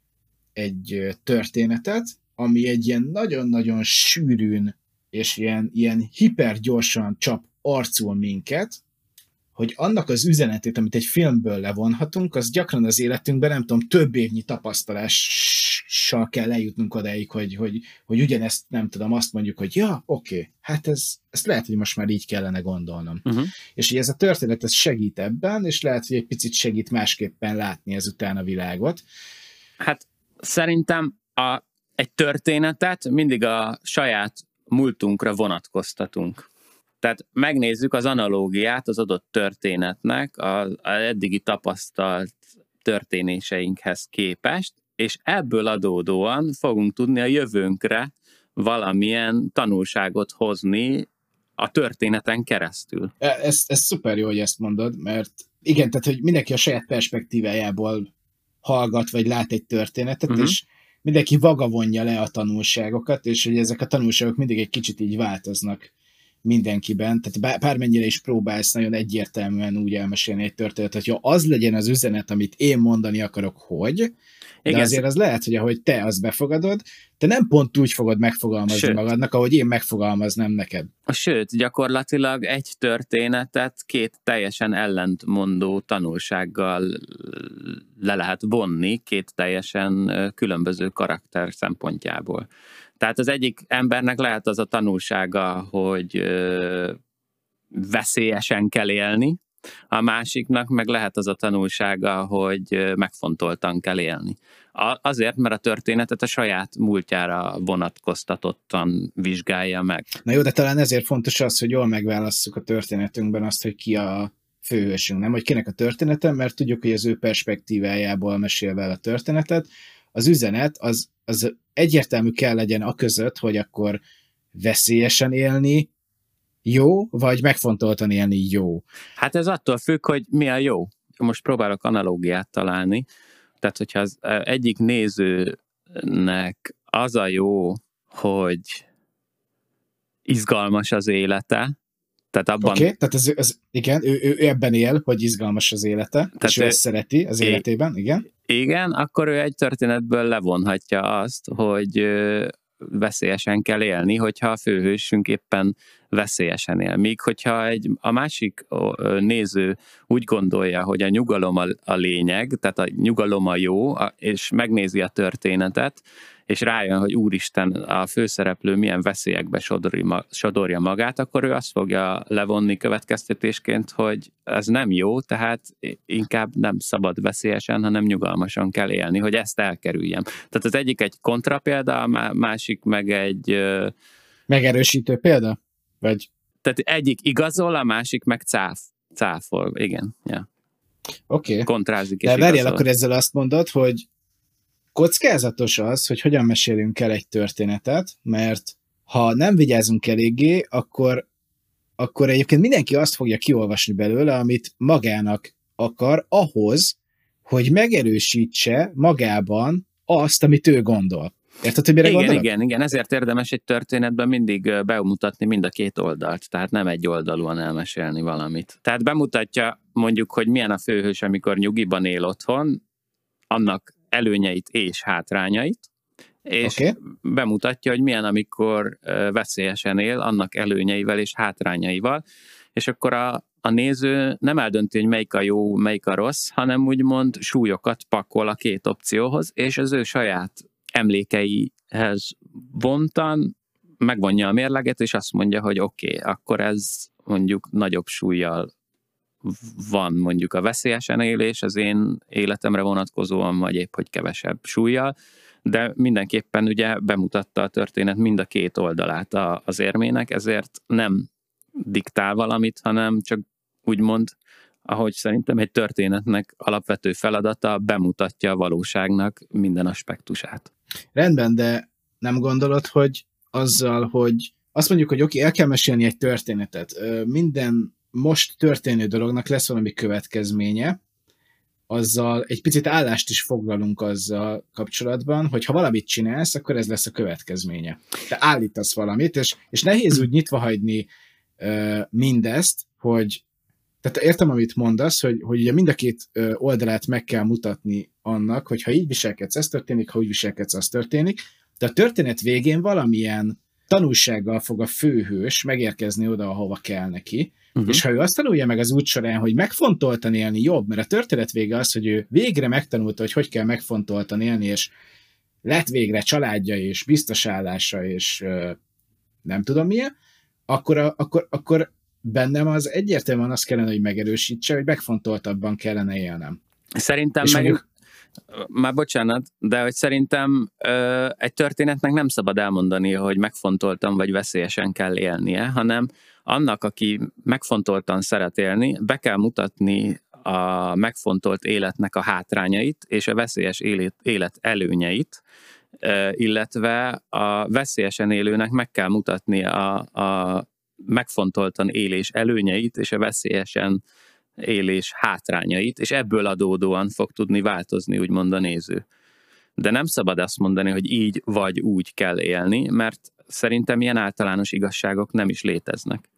egy történetet, ami egy ilyen nagyon-nagyon sűrűn, és ilyen hipergyorsan csap arcul minket, hogy annak az üzenetét, amit egy filmből levonhatunk, az gyakran az életünkben, nem tudom, több évnyi tapasztalással kell eljutnunk odáig, hogy ugyanezt, nem tudom, azt mondjuk, hogy ja, oké, hát ezt lehet, hogy most már így kellene gondolnom. És hogy ez a történet ez segít ebben, és lehet, hogy egy picit segít másképpen látni ezután a világot. Hát szerintem egy történetet mindig a saját múltunkra vonatkoztatunk. Tehát megnézzük az analógiát az adott történetnek az eddigi tapasztalt történéseinkhez képest, és ebből adódóan fogunk tudni a jövőnkre valamilyen tanulságot hozni a történeten keresztül. Ez szuper jó, hogy ezt mondod, mert igen, tehát hogy mindenki a saját perspektívájából hallgat, vagy lát egy történetet, és mindenki vagavonja le a tanulságokat, és hogy ezek a tanulságok mindig egy kicsit így változnak mindenkiben, tehát bármennyire is próbálsz nagyon egyértelműen úgy elmesélni egy történetet, hogy az legyen az üzenet, amit én mondani akarok, de igen, azért az lehet, hogy ahogy te azt befogadod, te nem pont úgy fogod megfogalmazni magadnak, ahogy én megfogalmaznám neked. Sőt, gyakorlatilag egy történetet két teljesen ellentmondó tanulsággal le lehet vonni, két teljesen különböző karakter szempontjából. Tehát az egyik embernek lehet az a tanulsága, hogy veszélyesen kell élni, a másiknak meg lehet az a tanulsága, hogy megfontoltan kell élni. Azért, mert a történetet a saját múltjára vonatkoztatottan vizsgálja meg. Na jó, de talán ezért fontos az, hogy jól megválasszuk a történetünkben azt, hogy ki a főhősünk, nem? Hogy kinek a története, mert tudjuk, hogy az ő perspektívájából mesélve el a történetet. Az üzenet az egyértelmű kell legyen a között, hogy akkor veszélyesen élni jó, vagy megfontoltan élni jó. Hát ez attól függ, hogy mi a jó. Most próbálok analógiát találni. Tehát, hogyha az egyik nézőnek az a jó, hogy izgalmas az élete, tehát abban... Oké, tehát igen, ő ebben él, hogy izgalmas az élete, tehát és ő ezt szereti az életében, igen. Igen, akkor ő egy történetből levonhatja azt, hogy veszélyesen kell élni, hogyha a főhősünk éppen veszélyesen él. Míg hogyha a másik néző úgy gondolja, hogy a nyugalom a lényeg, tehát a nyugalom a jó, és megnézi a történetet, és rájön, hogy úristen, a főszereplő milyen veszélyekbe sodorja magát, akkor ő azt fogja levonni következtetésként, hogy ez nem jó, tehát inkább nem szabad veszélyesen, hanem nyugalmasan kell élni, hogy ezt elkerüljem. Tehát az egyik egy kontrapélda, a másik meg egy... Megerősítő példa? Vagy... Tehát egyik igazol, a másik meg cáfol. Igen, ja. Oké. Kontrázik és de várjál, igazol. akkor ezzel azt mondod, hogy kockázatos az, hogy hogyan mesélünk el egy történetet, mert ha nem vigyázunk eléggé, akkor egyébként mindenki azt fogja kiolvasni belőle, amit magának akar ahhoz, hogy megerősítse magában azt, amit ő gondol. Érted, hogy mire gondolok? Igen, ezért érdemes egy történetben mindig bemutatni mind a két oldalt, tehát nem egy oldalúan elmesélni valamit. Tehát bemutatja mondjuk, hogy milyen a főhős, amikor nyugiban él otthon, annak előnyeit és hátrányait, és bemutatja, hogy milyen, amikor veszélyesen él, annak előnyeivel és hátrányaival, és akkor a néző nem eldönti, hogy melyik a jó, melyik a rossz, hanem úgymond súlyokat pakol a két opcióhoz, és az ő saját emlékeihez vontan megvonja a mérleget, és azt mondja, hogy oké, akkor ez mondjuk nagyobb súllyal van mondjuk a veszélyesen élés az én életemre vonatkozóan, vagy épp hogy kevesebb súllyal, de mindenképpen ugye bemutatta a történet mind a két oldalát az érmének, ezért nem diktál valamit, hanem csak úgymond, ahogy szerintem egy történetnek alapvető feladata, bemutatja a valóságnak minden aspektusát. Rendben, de nem gondolod, hogy azzal, hogy azt mondjuk, hogy oké, el kell mesélni egy történetet, minden most történő dolognak lesz valami következménye, azzal egy picit állást is foglalunk azzal kapcsolatban, hogy ha valamit csinálsz, akkor ez lesz a következménye. Te állítasz valamit, és nehéz úgy nyitva hagyni mindezt, hogy tehát értem, amit mondasz, hogy ugye mind a két oldalát meg kell mutatni annak, hogy ha így viselkedsz, ez történik, ha úgy viselkedsz, az történik, de a történet végén valamilyen tanulsággal fog a főhős megérkezni oda, ahova kell neki, és ha ő azt tanulja meg az út során, hogy megfontoltan élni jobb, mert a történet vége az, hogy ő végre megtanulta, hogy kell megfontoltan élni, és lett végre családja, és biztos állása, és nem tudom milyen, akkor bennem az egyértelműen azt kellene, hogy megerősítse, hogy megfontoltabban kellene élnem. Szerintem már bocsánat, de hogy szerintem egy történetnek nem szabad elmondani, hogy megfontoltan vagy veszélyesen kell élnie, hanem annak, aki megfontoltan szeret élni, be kell mutatni a megfontolt életnek a hátrányait és a veszélyes élet előnyeit, illetve a veszélyesen élőnek meg kell mutatni a megfontoltan élés előnyeit és a veszélyesen élés hátrányait, és ebből adódóan fog tudni változni, úgymond a néző. De nem szabad azt mondani, hogy így vagy úgy kell élni, mert szerintem ilyen általános igazságok nem is léteznek.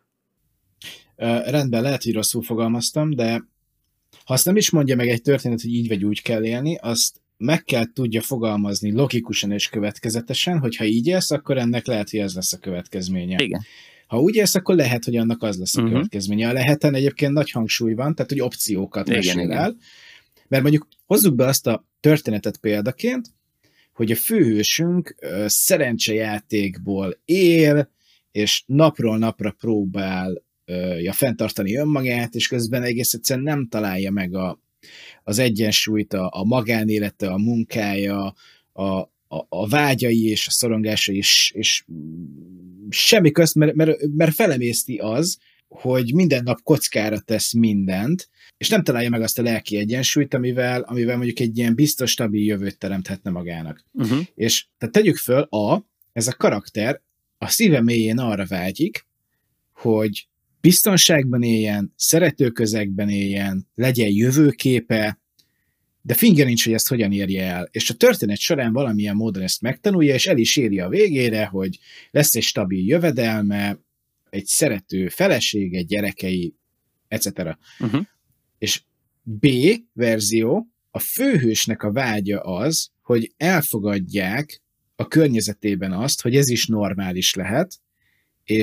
Rendben, lehet, hogy rosszul fogalmaztam, de ha azt nem is mondja meg egy történet, hogy így vagy úgy kell élni, azt meg kell tudja fogalmazni logikusan és következetesen, hogy ha így élsz, akkor ennek lehet, hogy ez lesz a következménye. Igen. Ha úgy élsz, akkor lehet, hogy annak az lesz a következménye. A leheten egyébként nagy hangsúly van, tehát hogy opciókat mesél el. Mert mondjuk hozzuk be azt a történetet példaként, hogy a főhősünk szerencsejátékból él, és napról napra próbálja fenntartani önmagát, és közben egész egyszerűen nem találja meg az egyensúlyt, a magánélete, a munkája, a vágyai és a szorongásai, és semmi közt, mert felemészti az, hogy minden nap kockára tesz mindent, és nem találja meg azt a lelki egyensúlyt, amivel mondjuk egy ilyen biztos, stabil jövőt teremthetne magának. És tehát tegyük föl, ez a karakter a szíve mélyén arra vágyik, hogy biztonságban éljen, szeretőközegben éljen, legyen jövőképe, de fingja nincs, hogy ezt hogyan érje el. És a történet során valamilyen módon ezt megtanulja, és el is éri a végére, hogy lesz egy stabil jövedelme, egy szerető felesége, gyerekei, etc. És B verzió, a főhősnek a vágya az, hogy elfogadják a környezetében azt, hogy ez is normális lehet, és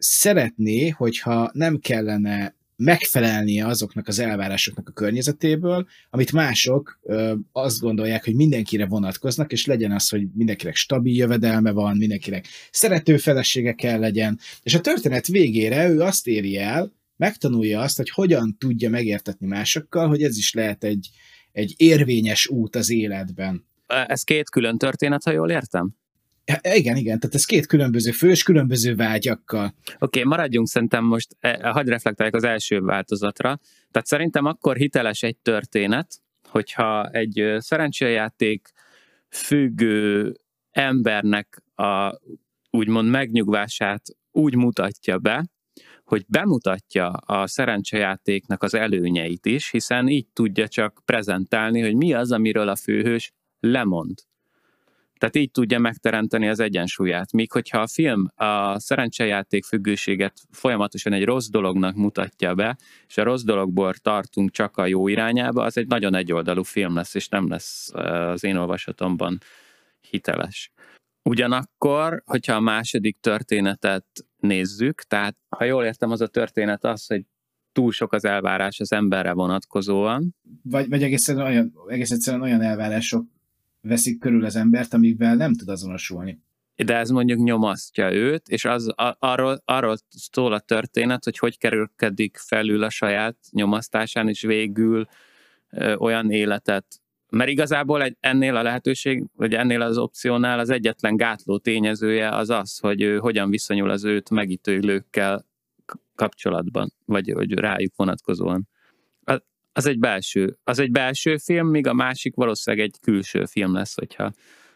szeretné, hogyha nem kellene megfelelnie azoknak az elvárásoknak a környezetéből, amit mások azt gondolják, hogy mindenkire vonatkoznak, és legyen az, hogy mindenkinek stabil jövedelme van, mindenkinek szerető felesége kell legyen, és a történet végére ő azt éri el, megtanulja azt, hogy hogyan tudja megértetni másokkal, hogy ez is lehet egy érvényes út az életben. Ez két külön történet, ha jól értem? Igen, tehát ez két különböző fős, különböző vágyakkal. Oké, maradjunk szerintem most, hadd reflektálják az első változatra. Tehát szerintem akkor hiteles egy történet, hogyha egy szerencsejáték függő embernek a úgymond megnyugvását úgy mutatja be, hogy bemutatja a szerencsejátéknak az előnyeit is, hiszen így tudja csak prezentálni, hogy mi az, amiről a főhős lemond. Tehát így tudja megteremteni az egyensúlyát. Míg hogyha a film a szerencsejáték függőséget folyamatosan egy rossz dolognak mutatja be, és a rossz dologból tartunk csak a jó irányába, az egy nagyon egyoldalú film lesz, és nem lesz az én olvasatomban hiteles. Ugyanakkor, hogyha a második történetet nézzük, tehát ha jól értem, az a történet az, hogy túl sok az elvárás az emberre vonatkozóan. Vagy egész egyszerűen olyan elvárások veszik körül az embert, amikvel nem tud azonosulni. De ez mondjuk nyomasztja őt, és arról szól a történet, hogy kerülkedik felül a saját nyomasztásán, és végül olyan életet. Mert igazából ennél a lehetőség, vagy ennél az opciónál az egyetlen gátló tényezője az az, hogy ő hogyan viszonyul az őt megítélőkkel kapcsolatban, vagy hogy rájuk vonatkozóan. Az egy belső film, míg a másik valószínűleg egy külső film lesz, hogyha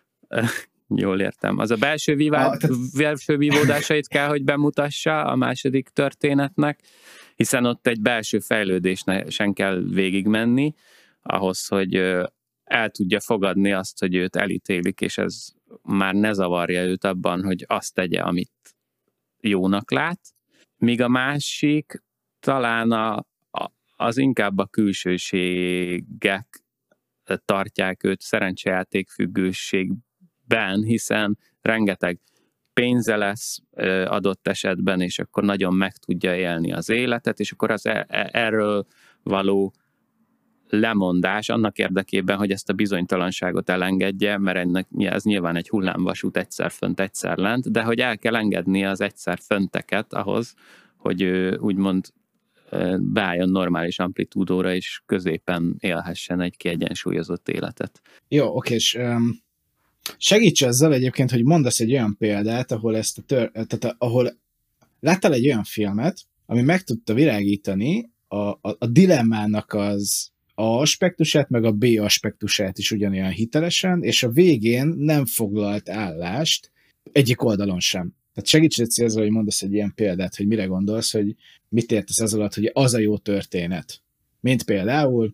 jól értem. Az a belső vívódásait kell, hogy bemutassa a második történetnek, hiszen ott egy belső fejlődésen kell végigmenni, ahhoz, hogy el tudja fogadni azt, hogy őt elítélik, és ez már ne zavarja őt abban, hogy azt tegye, amit jónak lát. Míg a másik talán az inkább a külsőségek tartják őt szerencsejáték függőségben, hiszen rengeteg pénze lesz adott esetben, és akkor nagyon meg tudja élni az életet, és akkor az erről való lemondás annak érdekében, hogy ezt a bizonytalanságot elengedje, mert ez nyilván egy hullámvasút, egyszer fönt, egyszer lent, de hogy el kell engednie az egyszer fönteket ahhoz, hogy úgymond beálljon normális amplitúdóra, és középen élhessen egy kiegyensúlyozott életet. Jó, oké, és segíts azzal egyébként, hogy mondasz egy olyan példát, ahol ahol láttál egy olyan filmet, ami meg tudta világítani a dilemmának az A aspektusát, meg a B aspektusát is ugyanolyan hitelesen, és a végén nem foglalt állást egyik oldalon sem. Tehát segíts azzal, hogy mondasz egy ilyen példát, hogy mire gondolsz, hogy mit értesz az alatt, hogy az a jó történet. Mint például?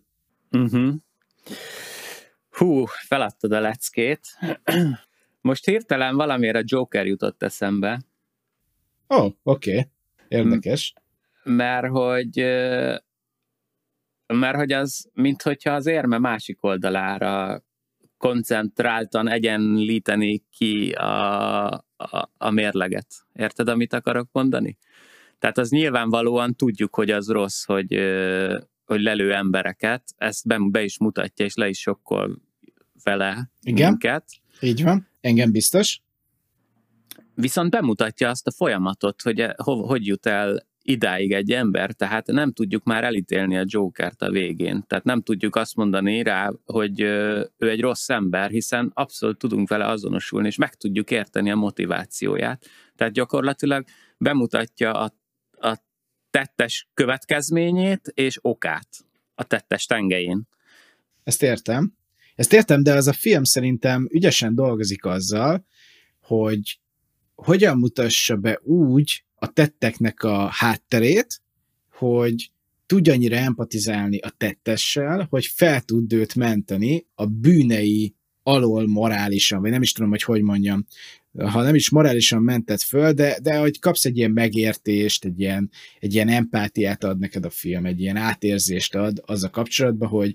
Feladtad a leckét. Most hirtelen valamiért a Joker jutott eszembe. Oké. Érdekes. Mert hogy az, minthogyha az érme másik oldalára koncentráltan egyenlíteni ki a mérleget. Érted, amit akarok mondani? Tehát az nyilvánvalóan tudjuk, hogy az rossz, hogy lelő embereket, ezt be is mutatja, és le is sokkol vele minket. Így van, engem biztos. Viszont bemutatja azt a folyamatot, hogy jut el idáig egy ember, tehát nem tudjuk már elítélni a Jokert a végén. Tehát nem tudjuk azt mondani rá, hogy ő egy rossz ember, hiszen abszolút tudunk vele azonosulni, és meg tudjuk érteni a motivációját. Tehát gyakorlatilag bemutatja a tettes következményét és okát a tettes tengelyén. Ezt értem, de az a film szerintem ügyesen dolgozik azzal, hogy hogyan mutassa be úgy a tetteknek a hátterét, hogy tudja annyira empatizálni a tettessel, hogy fel tud őt menteni a bűnei alól morálisan, vagy nem is tudom, hogy mondjam, ha nem is morálisan mentett föl, de hogy kapsz egy ilyen megértést, egy ilyen empátiát ad neked a film, egy ilyen átérzést ad azzal kapcsolatban,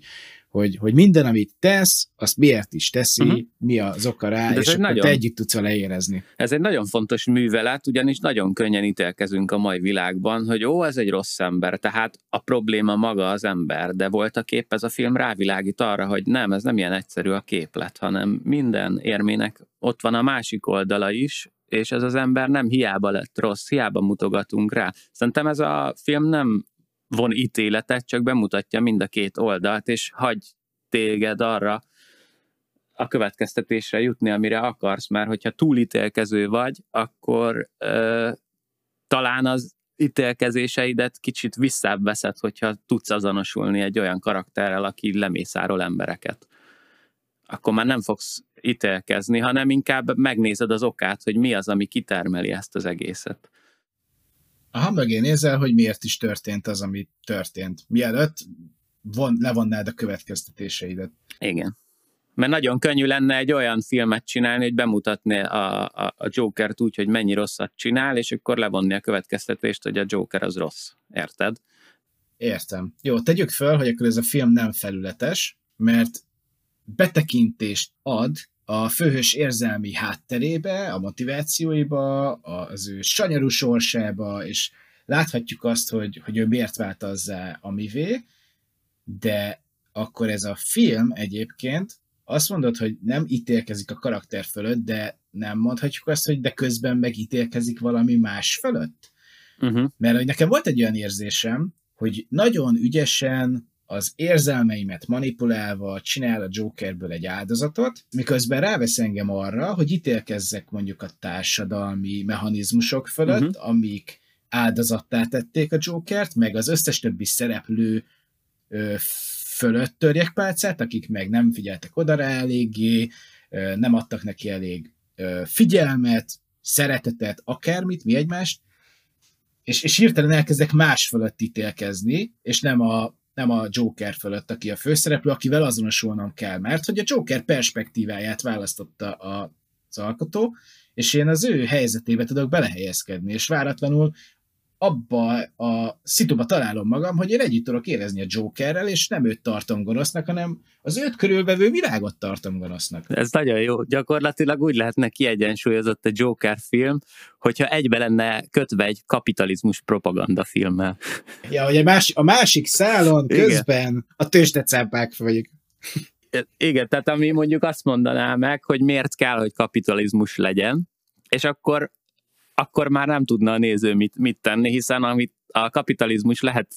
hogy minden, amit tesz, azt miért is teszi, mi az oka rá, és akkor te együtt tudsz vele érezni. Ez egy nagyon fontos művelet, ugyanis nagyon könnyen ítélkezünk a mai világban, hogy ez egy rossz ember, tehát a probléma maga az ember, de voltaképp ez a film rávilágít arra, hogy nem, ez nem ilyen egyszerű a képlet, hanem minden érmének ott van a másik oldala is, és ez az ember nem hiába lett rossz, hiába mutogatunk rá. Szerintem ez a film nem von ítéletet, csak bemutatja mind a két oldalt, és hagy téged arra a következtetésre jutni, amire akarsz, mert hogyha túlítélkező vagy, akkor talán az ítélkezéseidet kicsit visszább veszed, hogyha tudsz azonosulni egy olyan karakterrel, aki lemészárol embereket. Akkor már nem fogsz ítélkezni, hanem inkább megnézed az okát, hogy mi az, ami kitermeli ezt az egészet. Aha, mögé nézel, hogy miért is történt az, ami történt. Mielőtt levonnád a következtetéseidet. Igen. Mert nagyon könnyű lenne egy olyan filmet csinálni, hogy bemutatni a Jokert úgy, hogy mennyi rosszat csinál, és akkor levonni a következtetést, hogy a Joker az rossz. Érted? Értem. Jó, tegyük föl, hogy akkor ez a film nem felületes, mert betekintést ad a főhős érzelmi hátterébe, a motivációiba, az ő sanyarú sorsába, és láthatjuk azt, hogy ő miért vált azzá amivé, de akkor ez a film egyébként azt mondod, hogy nem ítélkezik a karakter fölött, de nem mondhatjuk azt, hogy de közben megítélkezik valami más fölött? Mert hogy nekem volt egy olyan érzésem, hogy nagyon ügyesen az érzelmeimet manipulálva csinál a Jokerből egy áldozatot, miközben rávesz engem arra, hogy ítélkezzek mondjuk a társadalmi mechanizmusok fölött, amik áldozattá tették a Jokert, meg az összes többi szereplő fölött törjek pálcát, akik meg nem figyeltek oda rá eléggé, nem adtak neki elég figyelmet, szeretetet, akármit, mi egymást, és hirtelen elkezdek más fölött ítélkezni, és nem a Joker fölött, aki a főszereplő, akivel azonosulnom kell, mert hogy a Joker perspektíváját választotta az alkotó, és én az ő helyzetébe tudok belehelyezkedni, és váratlanul abba a szituba találom magam, hogy én együtt tudok érezni a Jokerrel, és nem őt tartom gonosznak, hanem az őt körülvevő világot tartom gonosznak. Ez nagyon jó. Gyakorlatilag úgy lehetne kiegyensúlyozott a Joker film, hogyha egybe lenne kötve egy kapitalizmus propaganda filmmel. Ja, hogy a másik szálon közben igen. A tőzsdecápák vagyunk. Igen, tehát ami mondjuk azt mondaná meg, hogy miért kell, hogy kapitalizmus legyen, és akkor már nem tudna a néző mit tenni, hiszen amit a kapitalizmus lehet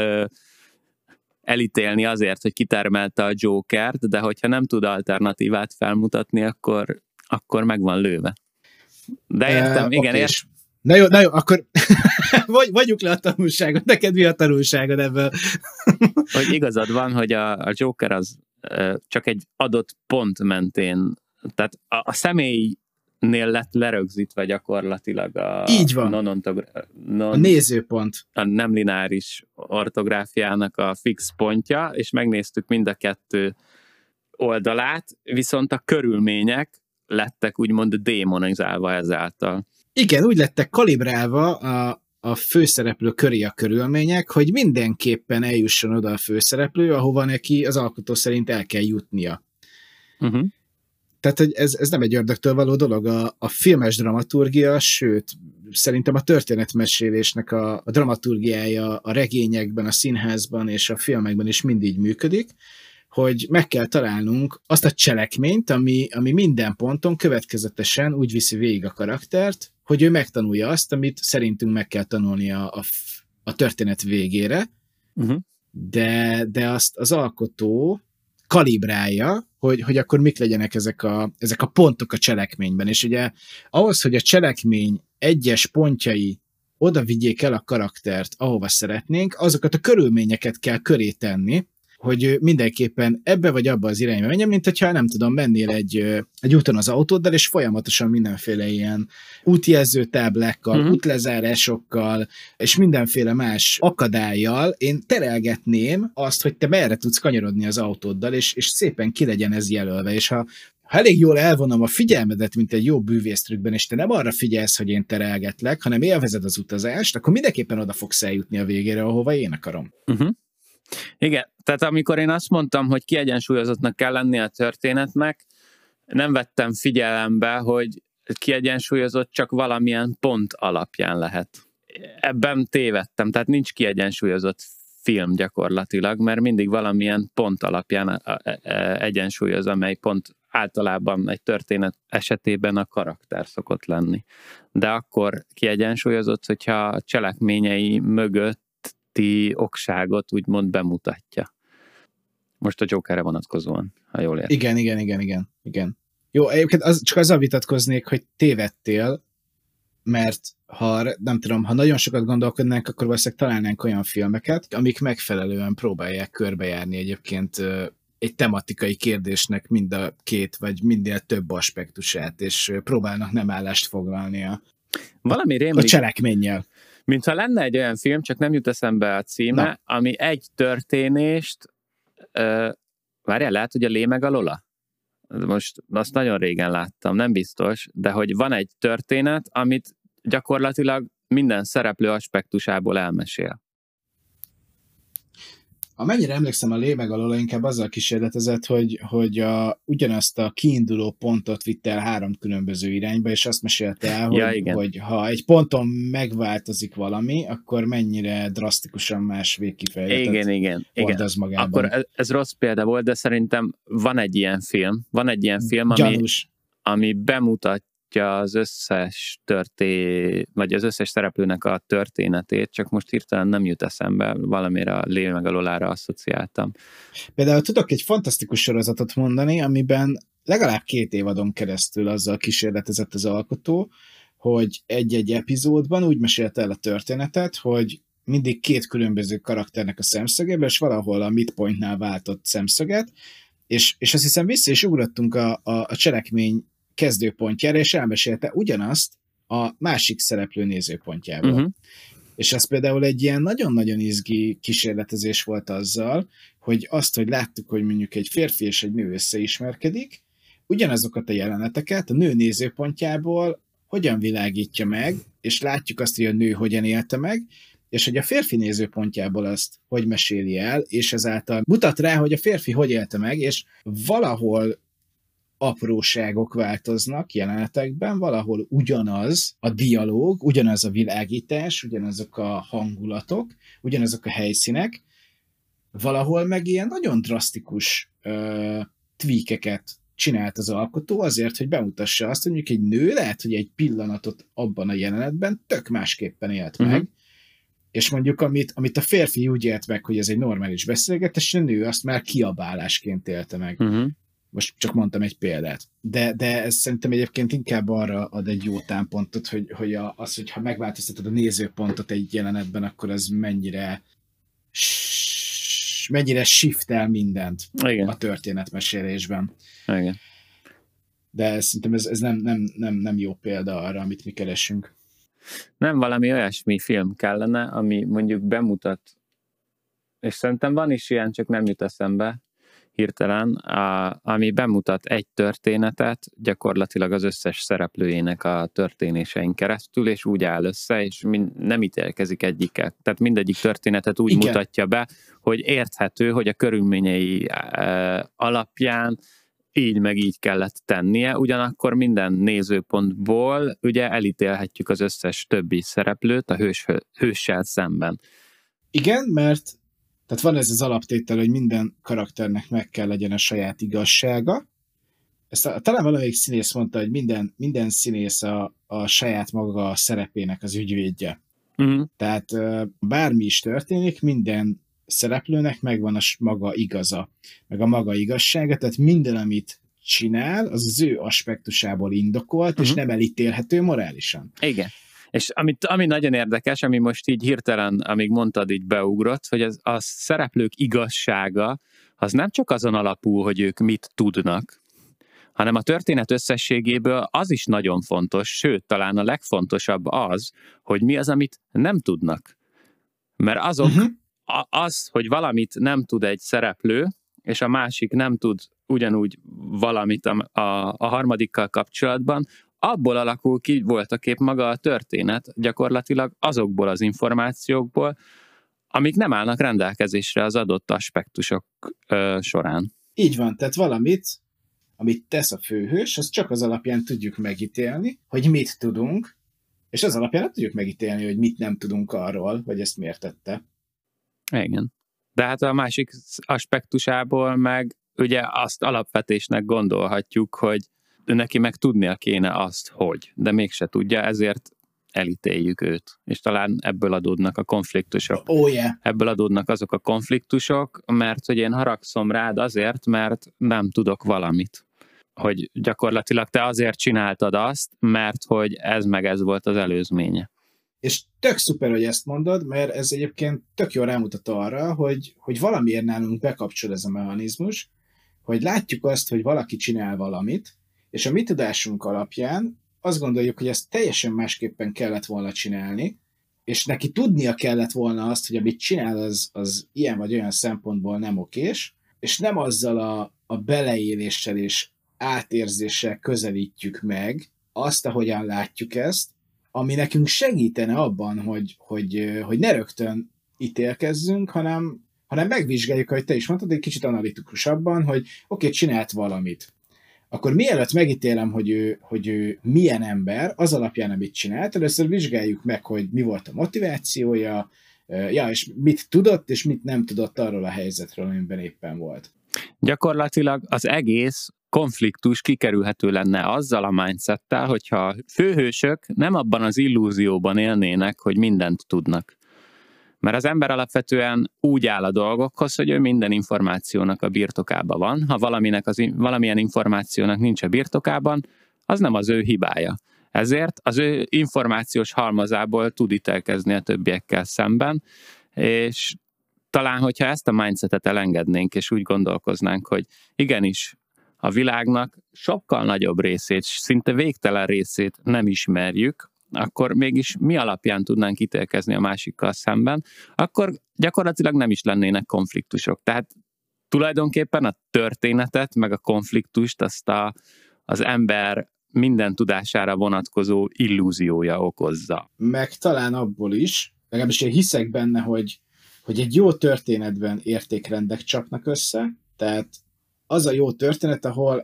elítélni azért, hogy kitermelte a Jokert, de hogyha nem tud alternatívát felmutatni, akkor meg van lőve. De értem, igen, okay. értem. Na jó, akkor vagyjuk le a tanulságot. Neked mi a tanulságod ebből? Hogy igazad van, hogy a Joker az csak egy adott pont mentén, tehát a személynél lett lerögzítve gyakorlatilag a nézőpont. A nem lineáris ortográfiának a fix pontja, és megnéztük mind a kettő oldalát, viszont a körülmények lettek úgymond démonizálva ezáltal. Igen, úgy lettek kalibrálva a főszereplő köré a körülmények, hogy mindenképpen eljusson oda a főszereplő, ahova neki az alkotó szerint el kell jutnia. Tehát, hogy ez nem egy ördögtől való dolog. A filmes dramaturgia, sőt, szerintem a történetmesélésnek a dramaturgiája a regényekben, a színházban és a filmekben is mindig működik, hogy meg kell találnunk azt a cselekményt, ami minden ponton következetesen úgy viszi végig a karaktert, hogy ő megtanulja azt, amit szerintünk meg kell tanulnia a történet végére, de azt az alkotó kalibrálja, hogy akkor mik legyenek ezek a pontok a cselekményben. És ugye ahhoz, hogy a cselekmény egyes pontjai oda vigyék el a karaktert, ahova szeretnénk, azokat a körülményeket kell köré tenni, hogy mindenképpen ebbe vagy abba az irányba menjen, mint hogyha nem tudom, mennél egy úton az autóddal, és folyamatosan mindenféle ilyen útjelző táblákkal, útlezárásokkal, és mindenféle más akadályjal én terelgetném azt, hogy te merre tudsz kanyarodni az autóddal, és szépen ki legyen ez jelölve, és ha elég jól elvonom a figyelmedet, mint egy jó bűvésztrükkben, és te nem arra figyelsz, hogy én terelgetlek, hanem élvezed az utazást, akkor mindenképpen oda fogsz eljutni a végére, ahova én akarom. Igen, tehát amikor én azt mondtam, hogy kiegyensúlyozottnak kell lennie a történetnek, nem vettem figyelembe, hogy kiegyensúlyozott csak valamilyen pont alapján lehet. Ebben tévedtem, tehát nincs kiegyensúlyozott film gyakorlatilag, mert mindig valamilyen pont alapján egyensúlyoz, amely pont általában egy történet esetében a karakter szokott lenni. De akkor kiegyensúlyozott, hogyha a cselekményei mögötti okságot úgymond bemutatja. Most a Jokerre vonatkozóan, ha jól értem. Igen. Jó, egyébként csak azzal vitatkoznék, hogy tévedtél, mert ha nagyon sokat gondolkodnánk, akkor valószínűleg találnánk olyan filmeket, amik megfelelően próbálják körbejárni egyébként egy tematikai kérdésnek mind a két, vagy minél több aspektusát, és próbálnak nem állást foglalni a cselekménnyel. Mintha lenne egy olyan film, csak nem jut eszembe a címe, ami egy történést, várjál, lehet, hogy a Lé meg a Lola? Most azt nagyon régen láttam, nem biztos, de hogy van egy történet, amit gyakorlatilag minden szereplő aspektusából elmesél. Amennyire emlékszem, a Lé meg a Lola inkább azzal kísérletezett, hogy ugyanazt a kiinduló pontot vitte el 3 különböző irányba, és azt mesélte el, hogy ha egy ponton megváltozik valami, akkor mennyire drasztikusan más végkifejletet hordoz magában. Akkor ez rossz példa volt, de szerintem van egy ilyen film, ami bemutatja az összes vagy az összes szereplőnek a történetét, csak most hirtelen nem jut eszembe, valamire a Lé meg a Lolára asszociáltam. Például tudok egy fantasztikus sorozatot mondani, amiben legalább 2 évadon keresztül azzal kísérletezett az alkotó, hogy egy-egy epizódban úgy mesélte el a történetet, hogy mindig 2 különböző karakternek a szemszögéből, és valahol a midpointnál váltott szemszöget, és azt hiszem vissza is ugrottunk a cselekmény kezdőpontjára, és elmesélte ugyanazt a másik szereplő nézőpontjából. Uh-huh. És ez például egy ilyen nagyon-nagyon izgi kísérletezés volt azzal, hogy hogy láttuk, hogy mondjuk egy férfi és egy nő összeismerkedik, ugyanazokat a jeleneteket a nő nézőpontjából hogyan világítja meg, és látjuk azt, hogy a nő hogyan élte meg, és hogy a férfi nézőpontjából azt hogy meséli el, és ezáltal mutat rá, hogy a férfi hogy élte meg, és valahol apróságok változnak jelenetekben, valahol ugyanaz a dialóg, ugyanaz a világítás, ugyanazok a hangulatok, ugyanazok a helyszínek, valahol meg ilyen nagyon drasztikus tweakeket csinált az alkotó azért, hogy bemutassa azt, hogy mondjuk egy nő lehet, hogy egy pillanatot abban a jelenetben tök másképpen élt meg, és mondjuk amit a férfi úgy élt meg, hogy ez egy normális beszélgetés, a nő azt már kiabálásként élte meg. Most csak mondtam egy példát. De ez szerintem egyébként inkább arra ad egy jó támpontot, hogyha megváltoztatod a nézőpontot egy jelenetben, akkor az mennyire shiftel mindent a történetmesélésben. Igen. De szerintem ez nem jó példa arra, amit mi keresünk. Nem valami olyasmi film kellene, ami mondjuk bemutat, és szerintem van is ilyen, csak nem jut eszembe hirtelen, ami bemutat egy történetet gyakorlatilag az összes szereplőjének a történésein keresztül, és úgy áll össze, és nem ítélkezik egyikkel. Tehát mindegyik történetet úgy mutatja be, hogy érthető, hogy a körülményei alapján így meg így kellett tennie, ugyanakkor minden nézőpontból ugye elítélhetjük az összes többi szereplőt a hőssel szemben. Igen, mert tehát van ez az alaptétel, hogy minden karakternek meg kell legyen a saját igazsága. Ezt talán valamelyik színész mondta, hogy minden színész a saját maga szerepének az ügyvédje. Tehát bármi is történik, minden szereplőnek megvan a maga igaza, meg a maga igazsága, tehát minden, amit csinál, az ő aspektusából indokolt, és nem elítélhető morálisan. Igen. És ami nagyon érdekes, ami most így hirtelen, amíg mondtad, így beugrott, hogy a szereplők igazsága az nem csak azon alapul, hogy ők mit tudnak, hanem a történet összességéből az is nagyon fontos, sőt, talán a legfontosabb az, hogy mi az, amit nem tudnak. Mert azok, az, hogy valamit nem tud egy szereplő, és a másik nem tud ugyanúgy valamit a harmadikkal kapcsolatban, abból alakul ki voltaképp maga a történet, gyakorlatilag azokból az információkból, amik nem állnak rendelkezésre az adott aspektusok során. Így van, tehát amit tesz a főhős, az csak az alapján tudjuk megítélni, hogy mit tudunk, és az alapján nem tudjuk megítélni, hogy mit nem tudunk arról, vagy ezt miért tette. Igen. De hát a másik aspektusából meg ugye azt alapvetésnek gondolhatjuk, hogy neki meg tudnia kéne azt, hogy, de mégse tudja, ezért elítéljük őt. És talán ebből adódnak a konfliktusok. Oh, yeah. Ebből adódnak azok a konfliktusok, mert hogy én haragszom rád azért, mert nem tudok valamit. Hogy gyakorlatilag te azért csináltad azt, mert hogy ez meg ez volt az előzménye. És tök szuper, hogy ezt mondod, mert ez egyébként tök jól rámutat arra, hogy valamiért nálunk bekapcsol ez a mechanizmus, hogy látjuk azt, hogy valaki csinál valamit, és a mi tudásunk alapján azt gondoljuk, hogy ezt teljesen másképpen kellett volna csinálni, és neki tudnia kellett volna azt, hogy amit csinál, az ilyen vagy olyan szempontból nem okés, és nem azzal a beleéléssel és átérzéssel közelítjük meg azt, ahogyan látjuk ezt, ami nekünk segítene abban, hogy ne rögtön ítélkezzünk, hanem megvizsgáljuk, ahogy te is mondtad, egy kicsit analitikusabban, hogy oké, csinált valamit. Akkor mielőtt megítélem, hogy ő milyen ember, az alapján, amit csinált, először vizsgáljuk meg, hogy mi volt a motivációja, és mit tudott, és mit nem tudott arról a helyzetről, amiben éppen volt. Gyakorlatilag az egész konfliktus kikerülhető lenne azzal a mindsettel, hogyha a főhősök nem abban az illúzióban élnének, hogy mindent tudnak. Mert az ember alapvetően úgy áll a dolgokhoz, hogy ő minden információnak a birtokában van. Ha valamilyen információnak nincs a birtokában, az nem az ő hibája. Ezért az ő információs halmazából tud ítélkezni a többiekkel szemben, és talán, hogyha ezt a mindsetet elengednénk, és úgy gondolkoznánk, hogy igenis, a világnak sokkal nagyobb részét, szinte végtelen részét nem ismerjük, akkor mégis mi alapján tudnánk ítélkezni a másikkal szemben, akkor gyakorlatilag nem is lennének konfliktusok. Tehát tulajdonképpen a történetet, meg a konfliktust azt az ember minden tudására vonatkozó illúziója okozza. Meg talán abból is, legalábbis én hiszek benne, hogy egy jó történetben értékrendek csapnak össze, tehát az a jó történet,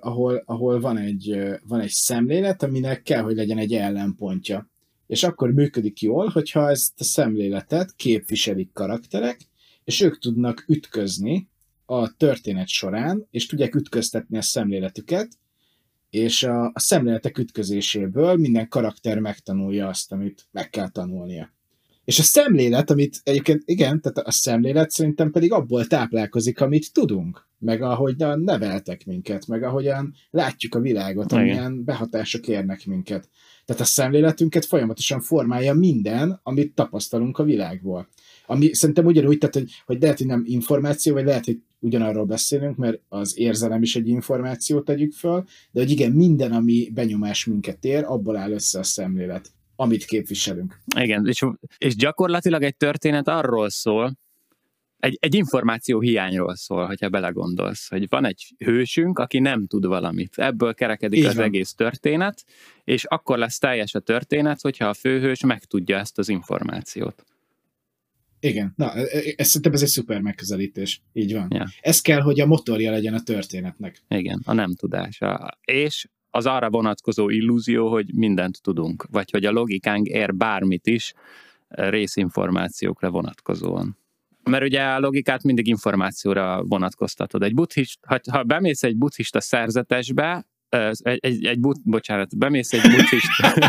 ahol van egy szemlélet, aminek kell, hogy legyen egy ellenpontja. És akkor működik jól, hogyha ezt a szemléletet képviselik karakterek, és ők tudnak ütközni a történet során, és tudják ütköztetni a szemléletüket, és a szemléletek ütközéséből minden karakter megtanulja azt, amit meg kell tanulnia. És a szemlélet, amit egyébként, igen, tehát a szemlélet szerintem pedig abból táplálkozik, amit tudunk, meg ahogyan neveltek minket, meg ahogyan látjuk a világot, amilyen behatások érnek minket. Tehát a szemléletünket folyamatosan formálja minden, amit tapasztalunk a világból. Ami szerintem ugyanúgy, tehát, hogy lehet, hogy nem információ, vagy lehet, hogy ugyanarról beszélünk, mert az érzelem is egy információt tegyük föl, de hogy igen, minden, ami benyomás minket ér, abból áll össze a szemlélet, amit képviselünk. Igen, és gyakorlatilag egy történet arról szól, egy információ hiányról szól, hogyha belegondolsz, hogy van egy hősünk, aki nem tud valamit. Ebből kerekedik így az van. Egész történet, és akkor lesz teljes a történet, hogyha a főhős megtudja ezt az információt. Igen, na, szerintem ez egy szuper megközelítés. Így van. Ja. Ez kell, hogy a motorja legyen a történetnek. Igen, a nem tudása. És az arra vonatkozó illúzió, hogy mindent tudunk, vagy hogy a logikánk ér bármit is részinformációkra vonatkozóan. Mert ugye a logikát mindig információra vonatkoztatod. Ha bemész egy buddhista szerzetesbe, bemész egy buddhista...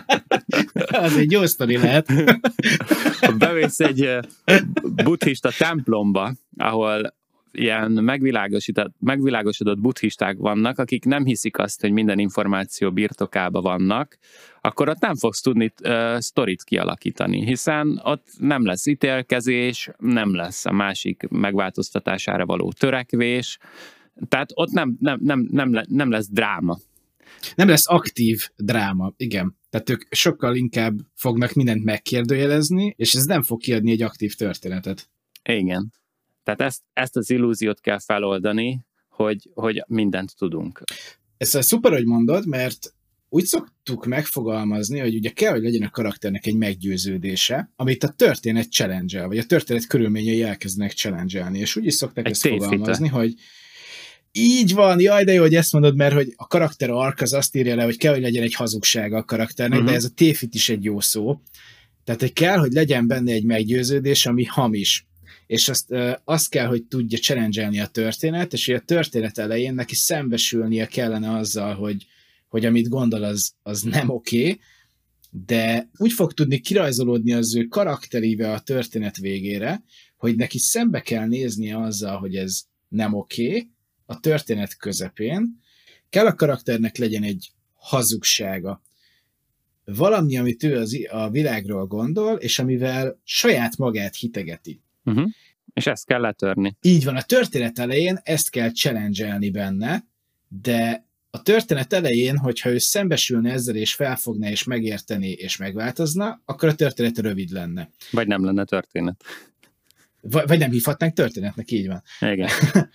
Az egy jó sztori lehet. Bemész egy buddhista templomba, ahol ilyen megvilágosodott buddhisták vannak, akik nem hiszik azt, hogy minden információ birtokában vannak, akkor ott nem fogsz tudni sztorit kialakítani, hiszen ott nem lesz ítélkezés, nem lesz a másik megváltoztatására való törekvés, tehát ott nem lesz dráma. Nem lesz aktív dráma, igen. Tehát ők sokkal inkább fognak mindent megkérdőjelezni, és ez nem fog kiadni egy aktív történetet. Igen. Tehát ezt az illúziót kell feloldani, hogy mindent tudunk. Ez szuper, hogy mondod, mert úgy szoktuk megfogalmazni, hogy ugye kell, hogy legyen a karakternek egy meggyőződése, amit a történet challenge-el, vagy a történet körülményei elkezdenek challenge-elni, és úgy is szokták ezt fogalmazni, hogy így van, jaj, de jó, hogy ezt mondod, mert hogy a karakter arc az azt írja le, hogy kell, hogy legyen egy hazugsága a karakternek, de ez a tévhit is egy jó szó. Tehát, hogy kell, hogy legyen benne egy meggyőződés, ami hamis. És azt kell, hogy tudja challenge-elni a történet, és hogy a történet elején neki szembesülnie kellene azzal, hogy amit gondol, az nem oké, de úgy fog tudni kirajzolódni az ő karakterével a történet végére, hogy neki szembe kell néznie azzal, hogy ez nem oké, a történet közepén, kell a karakternek legyen egy hazugsága. Valami, amit ő a világról gondol, és amivel saját magát hitegeti. És ezt kell letörni. Így van, a történet elején ezt kell challenge-elni benne, de a történet elején, hogyha ő szembesülne ezzel, és felfogna, és megérteni, és megváltozna, akkor a történet rövid lenne. Vagy nem lenne történet. Vagy nem hívhatnánk történetnek, így van. Igen.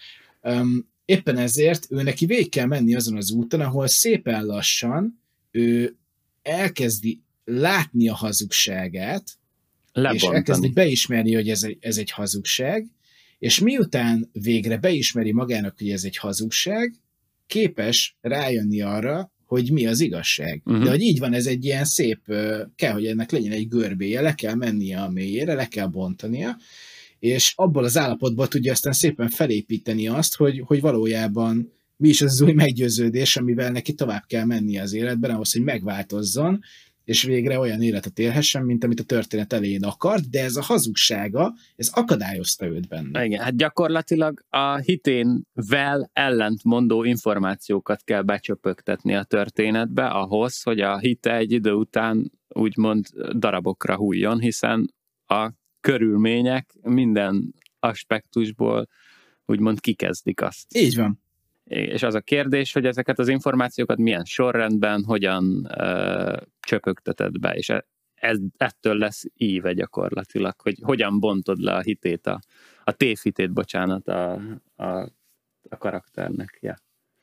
Éppen ezért ő neki végig kell menni azon az úton, ahol szépen lassan ő elkezdi látni a hazugságát, Lebontani. És elkezdi beismerni, hogy ez egy hazugság, és miután végre beismeri magának, hogy ez egy hazugság, képes rájönni arra, hogy mi az igazság. De hogy így van, ez egy ilyen szép, kell, hogy ennek legyen egy görbéje, le kell mennie a mélyére, le kell bontania, és abból az állapotból tudja aztán szépen felépíteni azt, hogy valójában mi is az új meggyőződés, amivel neki tovább kell mennie az életben, ahhoz, hogy megváltozzon, és végre olyan életet élhessen, mint amit a történet elején akart, de ez a hazugsága, ez akadályozta őt benne. Igen, hát gyakorlatilag a hiténvel ellentmondó információkat kell becsöpögtetni a történetbe ahhoz, hogy a hite egy idő után úgymond darabokra hújjon, hiszen a körülmények minden aspektusból úgymond kikezdik azt. Így van. És az a kérdés, hogy ezeket az információkat milyen sorrendben, hogyan csöpögteted be, és ettől lesz íve gyakorlatilag, hogy hogyan bontod le a hitét, a tévhitét, bocsánat, a karakternek. Yeah.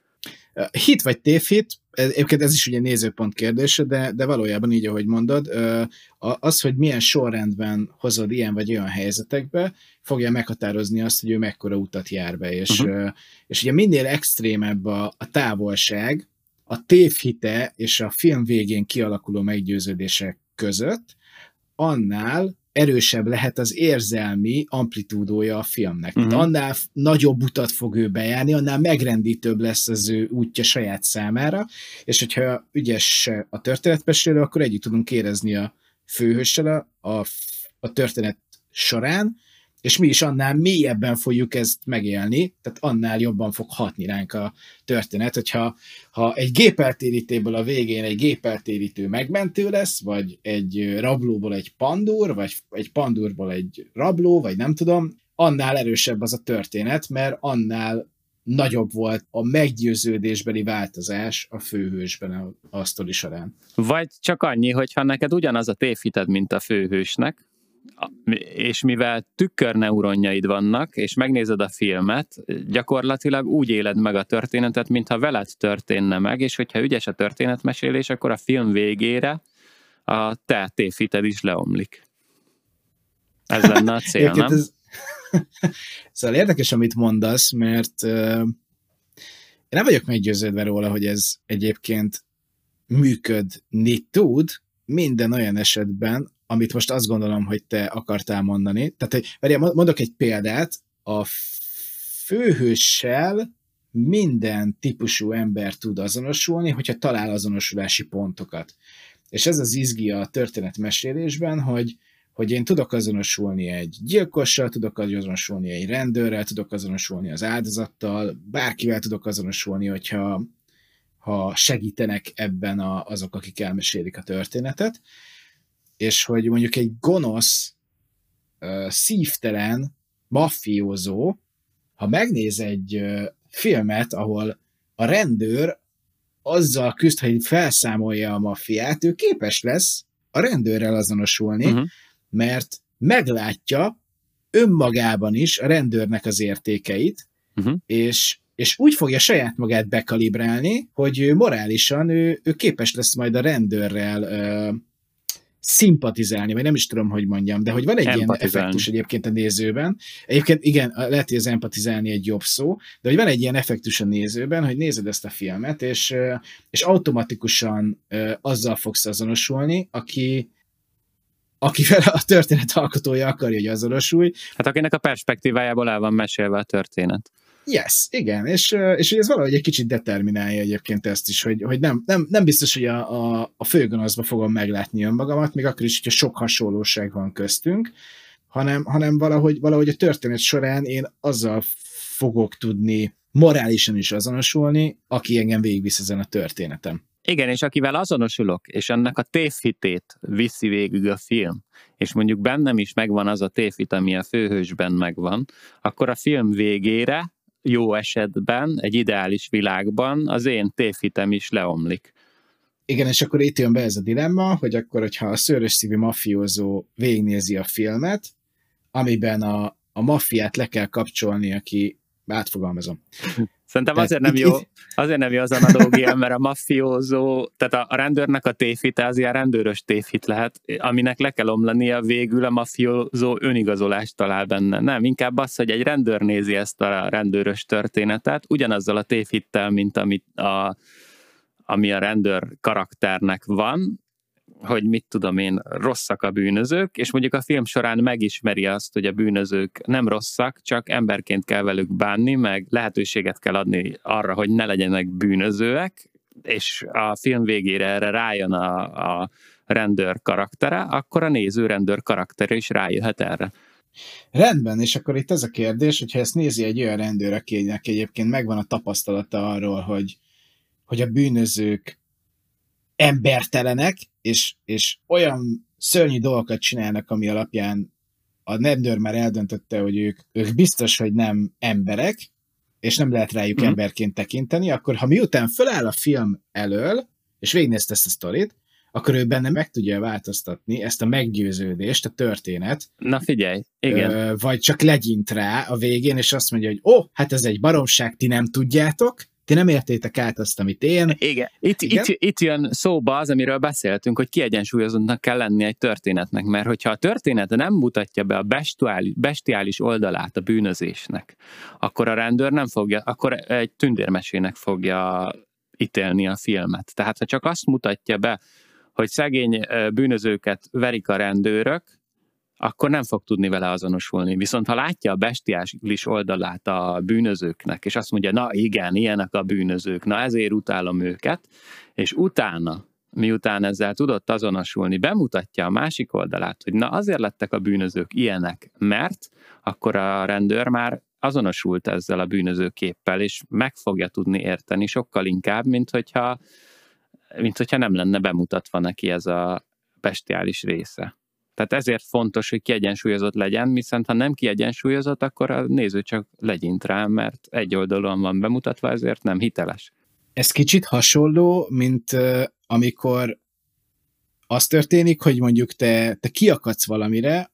Hit vagy tévhit, egyébként ez is ugye nézőpont kérdése, de valójában így, ahogy mondod, az, hogy milyen sorrendben hozod ilyen vagy olyan helyzetekbe, fogja meghatározni azt, hogy ő mekkora utat jár be, és ugye minél extrémebb a távolság, a tévhite és a film végén kialakuló meggyőződések között, annál erősebb lehet az érzelmi amplitúdója a filmnek. Tehát annál nagyobb utat fog ő bejárni, annál megrendítőbb lesz az ő útja saját számára, és hogyha ügyes a történetmesélő, akkor együtt tudunk érezni a főhőssel a történet során, és mi is annál mélyebben fogjuk ezt megélni, tehát annál jobban fog hatni ránk a történet, hogyha egy gépeltérítéből a végén egy gépeltérítő megmentő lesz, vagy egy rablóból egy pandúr, vagy egy pandúrból egy rabló, vagy nem tudom, annál erősebb az a történet, mert annál nagyobb volt a meggyőződésbeli változás a főhősben a sztori során. Vagy csak annyi, hogyha neked ugyanaz a tévhited, mint a főhősnek, és mivel tükörneuronjaid vannak, és megnézed a filmet, gyakorlatilag úgy éled meg a történetet, mintha veled történne meg, és hogyha ügyes a történetmesélés, akkor a film végére a te tévhited is leomlik. Ez lenne a cél, nem? Szóval érdekes, amit mondasz, mert én nem vagyok meggyőződve róla, hogy ez egyébként működni tud minden olyan esetben, amit most azt gondolom, hogy te akartál mondani. Tehát, mondok egy példát, a főhőssel minden típusú ember tud azonosulni, hogyha talál azonosulási pontokat. És ez az izgi a történetmesélésben, hogy én tudok azonosulni egy gyilkossal, tudok azonosulni egy rendőrrel, tudok azonosulni az áldozattal, bárkivel tudok azonosulni, hogyha segítenek ebben azok, akik elmesélik a történetet, és hogy mondjuk egy gonosz, szívtelen maffiózó, ha megnéz egy filmet, ahol a rendőr azzal küzd, hogy felszámolja a maffiát, ő képes lesz a rendőrrel azonosulni, mert meglátja önmagában is a rendőrnek az értékeit, és és úgy fogja saját magát bekalibrálni, hogy ő morálisan ő képes lesz majd a rendőrrel szimpatizálni, vagy nem is tudom, hogy mondjam, de hogy van egy ilyen effektus egyébként a nézőben. Egyébként igen, lehet, hogy az empatizálni egy jobb szó, de hogy van egy ilyen effektus a nézőben, hogy nézed ezt a filmet, és automatikusan azzal fogsz azonosulni, akivel a történet alkotója akarja, hogy azonosulj. Hát akinek a perspektívájából el van mesélve a történet. Yes, igen, és ez valahogy egy kicsit determinálja egyébként ezt is, hogy nem biztos, hogy a főgonoszba fogom meglátni önmagamat, még akkor is, hogyha sok hasonlóság van köztünk, hanem valahogy a történet során én azzal fogok tudni morálisan is azonosulni, aki engem végigvisz ezen a történetem. Igen, és akivel azonosulok, és annak a tévhitét viszi végig a film, és mondjuk bennem is megvan az a tévhit, ami a főhősben megvan, akkor a film végére jó esetben, egy ideális világban az én tévhitem is leomlik. Igen, és akkor itt jön be ez a dilemma, hogy akkor, hogyha a szőrös szívű mafiózó végignézi a filmet, amiben a maffiát le kell kapcsolni, aki átfogalmazom. Szerintem azért nem jó az analógia, mert a mafiózó, tehát a rendőrnek a tévhite az ilyen rendőrös tévhit lehet, aminek le kell omlania, végül a mafiózó önigazolást talál benne. Nem, inkább az, hogy egy rendőr nézi ezt a rendőrös történetet, ugyanazzal a tévhittel, mint ami a rendőr karakternek van, hogy mit tudom én, rosszak a bűnözők, és mondjuk a film során megismeri azt, hogy a bűnözők nem rosszak, csak emberként kell velük bánni, meg lehetőséget kell adni arra, hogy ne legyenek bűnözőek, és a film végére erre rájön a rendőr karaktere, akkor a néző rendőr karaktere is rájöhet erre. Rendben, és akkor itt az a kérdés, hogyha ezt nézi egy olyan rendőr, akinek egyébként megvan a tapasztalata arról, hogy a bűnözők embertelenek, és olyan szörnyű dolgokat csinálnak, ami alapján a rendőr már eldöntötte, hogy ők biztos, hogy nem emberek, és nem lehet rájuk emberként tekinteni, akkor ha miután föláll a film elől, és végignézte ezt a sztorit, akkor ő benne meg tudja változtatni ezt a meggyőződést, a történet. Na figyelj, igen. Vagy csak legyint rá a végén, és azt mondja, hogy hát ez egy baromság, ti nem tudjátok, ti nem értétek át azt, amit én. Igen. Itt jön szóba az, amiről beszéltünk, hogy kiegyensúlyozottnak kell lenni egy történetnek, mert hogyha a történet nem mutatja be a bestiális oldalát a bűnözésnek, akkor a rendőr nem fogja, akkor egy tündérmesének fogja ítélni a filmet. Tehát ha csak azt mutatja be, hogy szegény bűnözőket verik a rendőrök, akkor nem fog tudni vele azonosulni. Viszont ha látja a bestiális oldalát a bűnözőknek, és azt mondja, na igen, ilyenek a bűnözők, na ezért utálom őket, és utána, miután ezzel tudott azonosulni, bemutatja a másik oldalát, hogy na azért lettek a bűnözők ilyenek, mert akkor a rendőr már azonosult ezzel a bűnözőképpel, és meg fogja tudni érteni sokkal inkább, mint hogyha nem lenne bemutatva neki ez a bestiális része. Tehát ezért fontos, hogy kiegyensúlyozott legyen, viszont ha nem kiegyensúlyozott, akkor a néző csak legyint rá, mert egy oldalon van bemutatva, ezért nem hiteles. Ez kicsit hasonló, mint amikor az történik, hogy mondjuk te kiakadsz valamire,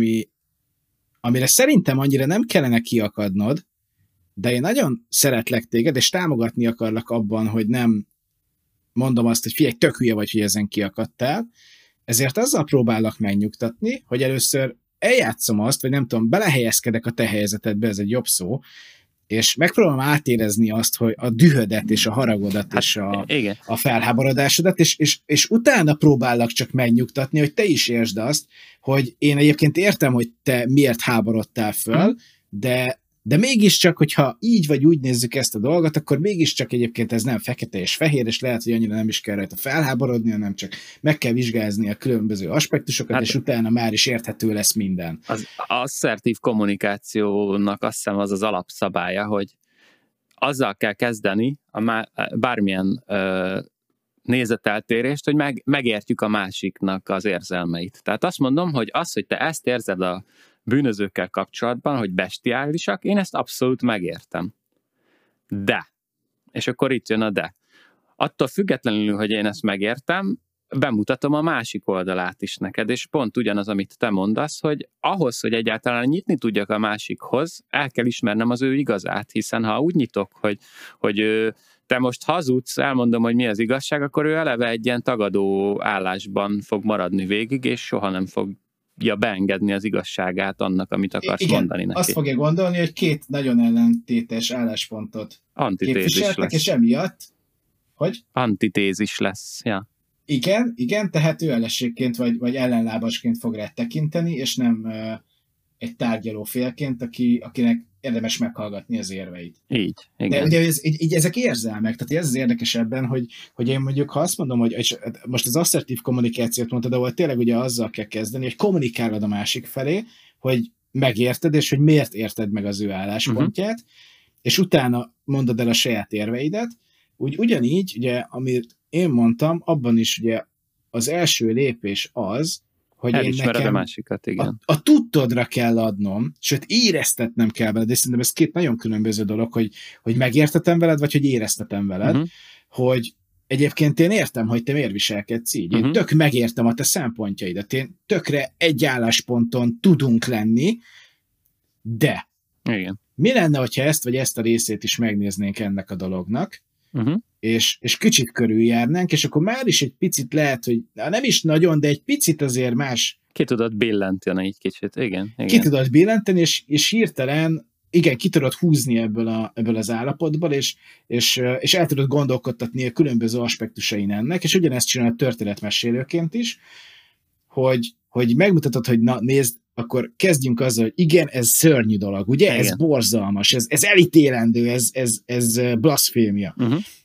amire szerintem annyira nem kellene kiakadnod, de én nagyon szeretlek téged, és támogatni akarlak abban, hogy nem mondom azt, hogy figyelj, tök hülye vagy, hogy ezen kiakadtál, ezért azzal próbálok megnyugtatni, hogy először eljátszom azt, vagy nem tudom, belehelyezkedek a te helyzetedbe, ez egy jobb szó, és megpróbálom átérezni azt, hogy a dühödet és a haragodat és a felháborodásodat, és utána próbálok csak megnyugtatni, hogy te is értsd azt, hogy én egyébként értem, hogy te miért háborodtál föl, de mégiscsak, hogyha így vagy úgy nézzük ezt a dolgot, akkor mégiscsak egyébként ez nem fekete és fehér, és lehet, hogy annyira nem is kell rajta felháborodni, hanem csak meg kell vizsgálni a különböző aspektusokat, és utána már is érthető lesz minden. Az asszertív kommunikációnak azt hiszem az alapszabálya, hogy azzal kell kezdeni bármilyen nézeteltérést, hogy megértjük a másiknak az érzelmeit. Tehát azt mondom, hogy az, hogy te ezt érzed a bűnözőkkel kapcsolatban, hogy bestiálisak, én ezt abszolút megértem. De, és akkor itt jön a de. Attól függetlenül, hogy én ezt megértem, bemutatom a másik oldalát is neked, és pont ugyanaz, amit te mondasz, hogy ahhoz, hogy egyáltalán nyitni tudjak a másikhoz, el kell ismernem az ő igazát, hiszen ha úgy nyitok, hogy te most hazudsz, elmondom, hogy mi az igazság, akkor ő eleve egy ilyen tagadó állásban fog maradni végig, és soha nem fogja beengedni az igazságát annak, amit akarsz mondani neki. Azt fogja gondolni, hogy két nagyon ellentétes álláspontot képviseltek, és emiatt, hogy? Antitézis lesz, ja. Igen, tehát ő ellenségként vagy ellenlábasként fog rá tekinteni, és nem egy tárgyaló félként, akinek érdemes meghallgatni az érveit. Így, igen. De ugye így ezek érzelmek, tehát ez az érdekes ebben, hogy én mondjuk, ha azt mondom, hogy most az asszertív kommunikációt mondtad, ahol tényleg ugye azzal kell kezdeni, hogy kommunikálod a másik felé, hogy megérted, és hogy miért érted meg az ő álláspontját, és utána mondod el a saját érveidet, ugyanígy, ugye, amit én mondtam, abban is ugye az első lépés az, hogy én nekem a másikat, igen. A tudtodra kell adnom, sőt éreztetnem kell veled, és szerintem ez két nagyon különböző dolog, hogy megértetem veled, vagy hogy éreztetem veled, hogy egyébként én értem, hogy te miért viselkedsz így. Én tök megértem a te szempontjaidat, én tökre egy állásponton tudunk lenni, de igen. Mi lenne, hogyha ezt vagy ezt a részét is megnéznénk ennek a dolognak, és kicsit körüljárnánk, és akkor már is egy picit lehet, hogy nem is nagyon, de egy picit azért más. Ki tudod billenteni egy kicsit, igen. Ki tudod billenteni, és hirtelen, igen, ki tudod húzni ebből az állapotból, és el tudod gondolkodtatni a különböző aspektusain ennek, és ugyanezt csinál a történetmesélőként is, hogy megmutatod, hogy na nézd, akkor kezdjünk azzal, hogy igen, ez szörnyű dolog, ugye? Igen. Ez borzalmas, ez elítélendő, ez blaszfémia.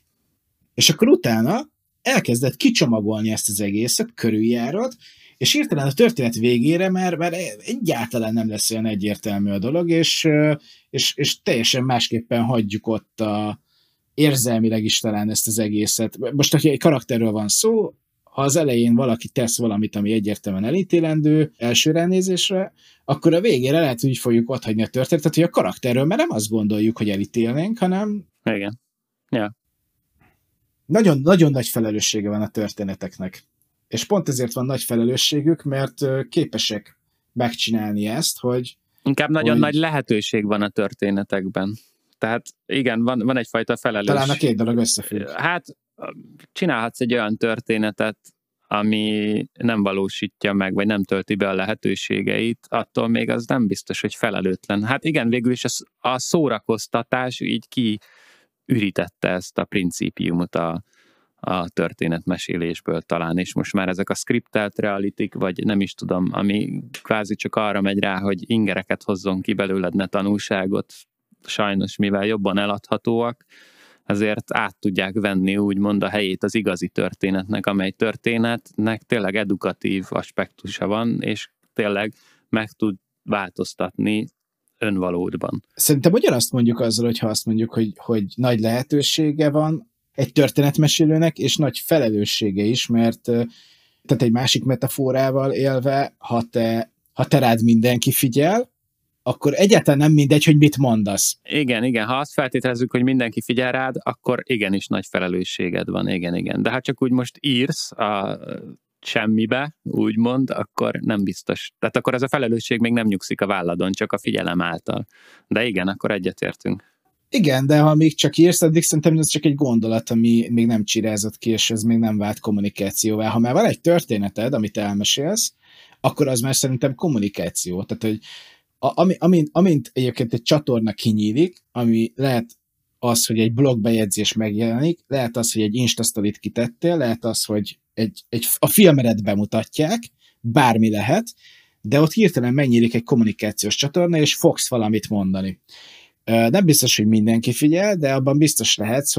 És akkor utána elkezded kicsomagolni ezt az egészet, körüljárod, és hirtelen a történet végére már egyáltalán nem lesz olyan egyértelmű a dolog, és teljesen másképpen hagyjuk ott érzelmileg is talán ezt az egészet. Most, ha egy karakterről van szó, ha az elején valaki tesz valamit, ami egyértelműen elítélendő első ránézésre, akkor a végére lehet, hogy úgy fogjuk otthagyni a történetet, hogy a karakterről már nem azt gondoljuk, hogy elítélnénk, hanem... Igen. Ja. Nagyon, nagyon nagy felelőssége van a történeteknek. És pont ezért van nagy felelősségük, mert képesek megcsinálni ezt, hogy... Inkább nagyon nagy lehetőség van a történetekben. Tehát igen, van egyfajta felelősség. Talán a két dolog összefügg. Hát csinálhatsz egy olyan történetet, ami nem valósítja meg, vagy nem tölti be a lehetőségeit, attól még az nem biztos, hogy felelőtlen. Hát igen, végül is a szórakoztatás így kiürítette ezt a principiumot a történetmesélésből talán, és most már ezek a scriptelt realitik, vagy nem is tudom, ami kvázi csak arra megy rá, hogy ingereket hozzon ki belőled, ne tanulságot, sajnos mivel jobban eladhatóak, ezért át tudják venni úgymond a helyét az igazi történetnek, amely történetnek tényleg edukatív aspektusa van, és tényleg meg tud változtatni önvalódban. Szerintem ugyanazt mondjuk azzal, hogyha azt mondjuk, hogy nagy lehetősége van egy történetmesélőnek, és nagy felelőssége is, mert tehát egy másik metaforával élve, ha te rád mindenki figyel, akkor egyáltalán nem mindegy, hogy mit mondasz. Igen, ha azt feltételezzük, hogy mindenki figyel rád, akkor igenis nagy felelősséged van, igen. De ha csak úgy most írsz a semmibe, úgymond, akkor nem biztos. Tehát akkor ez a felelősség még nem nyugszik a válladon, csak a figyelem által. De igen, akkor egyetértünk. Igen, de ha még csak írsz, addig szerintem ez csak egy gondolat, ami még nem csirázott ki, és ez még nem vált kommunikációvá. Ha már van egy történeted, amit elmesélsz, akkor az már szerintem kommunikáció. Tehát, hogy amint egyébként egy csatorna kinyílik, ami lehet az, hogy egy blogbejegyzés megjelenik, lehet az, hogy egy Instastoryt kitettél, lehet az, hogy a filmedet bemutatják, bármi lehet, de ott hirtelen megnyílik egy kommunikációs csatorna, és fogsz valamit mondani. Nem biztos, hogy mindenki figyel, de abban biztos lehetsz,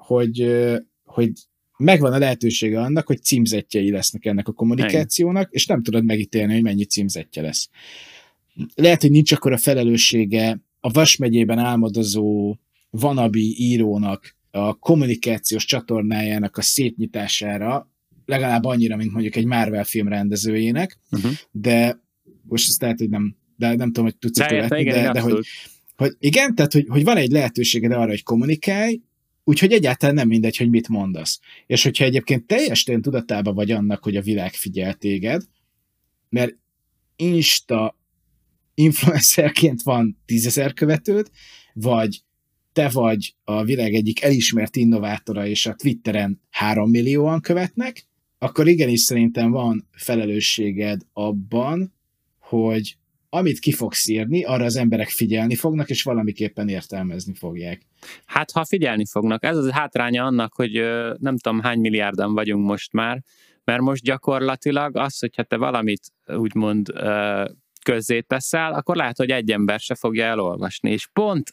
hogy megvan a lehetősége annak, hogy címzettjei lesznek ennek a kommunikációnak, és nem tudod megítélni, hogy mennyi címzetje lesz. Lehet, hogy nincs akkor a felelőssége a Vas megyében álmodozó wannabe írónak a kommunikációs csatornájának a szétnyitására, legalább annyira, mint mondjuk egy Marvel film rendezőjének, de most ezt lehet, hogy nem, de nem tudom, hogy tudsz követni, de hogy igen, tehát hogy van egy lehetőséged arra, hogy kommunikálj, Úgyhogy egyáltalán nem mindegy, hogy mit mondasz. És hogyha egyébként teljesen tudatában vagy annak, hogy a világ figyel téged, mert Insta influencerként van 10 000 követőd, vagy te vagy a világ egyik elismert innovátora, és a Twitteren 3 millióan követnek, akkor igenis szerintem van felelősséged abban, hogy amit ki fogsz írni, arra az emberek figyelni fognak, és valamiképpen értelmezni fogják. Hát, ha figyelni fognak. Ez az hátránya annak, hogy nem tudom hány milliárdan vagyunk most már, mert most gyakorlatilag az, hogyha te valamit úgymond közzéteszel, akkor lehet, hogy egy ember se fogja elolvasni. És pont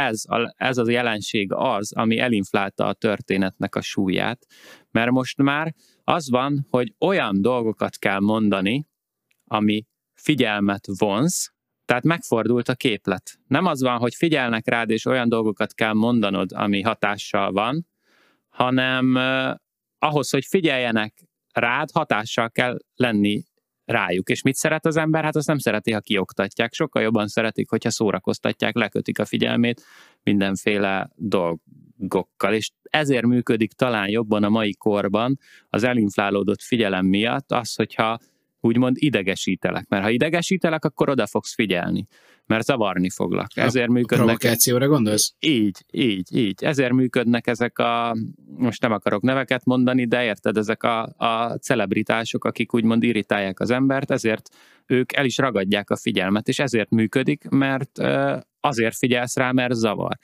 ez az jelenség az, ami elinflálta a történetnek a súlyát, mert most már az van, hogy olyan dolgokat kell mondani, ami figyelmet vonz, tehát megfordult a képlet. Nem az van, hogy figyelnek rád, és olyan dolgokat kell mondanod, ami hatással van, hanem ahhoz, hogy figyeljenek rád, hatással kell lenni rájuk. És mit szeret az ember? Hát azt nem szereti, ha kioktatják. Sokkal jobban szeretik, hogyha szórakoztatják, lekötik a figyelmét mindenféle dolgokkal. És ezért működik talán jobban a mai korban az elinflálódott figyelem miatt az, hogyha úgymond idegesítelek. Mert ha idegesítelek, akkor oda fogsz figyelni. Mert zavarni foglak. Ezért működnek... Provokációra gondolsz? Így. Ezért működnek ezek most nem akarok neveket mondani, de érted, ezek a celebritások, akik úgymond irritálják az embert, ezért ők el is ragadják a figyelmet, és ezért működik, mert azért figyelsz rá, mert zavar.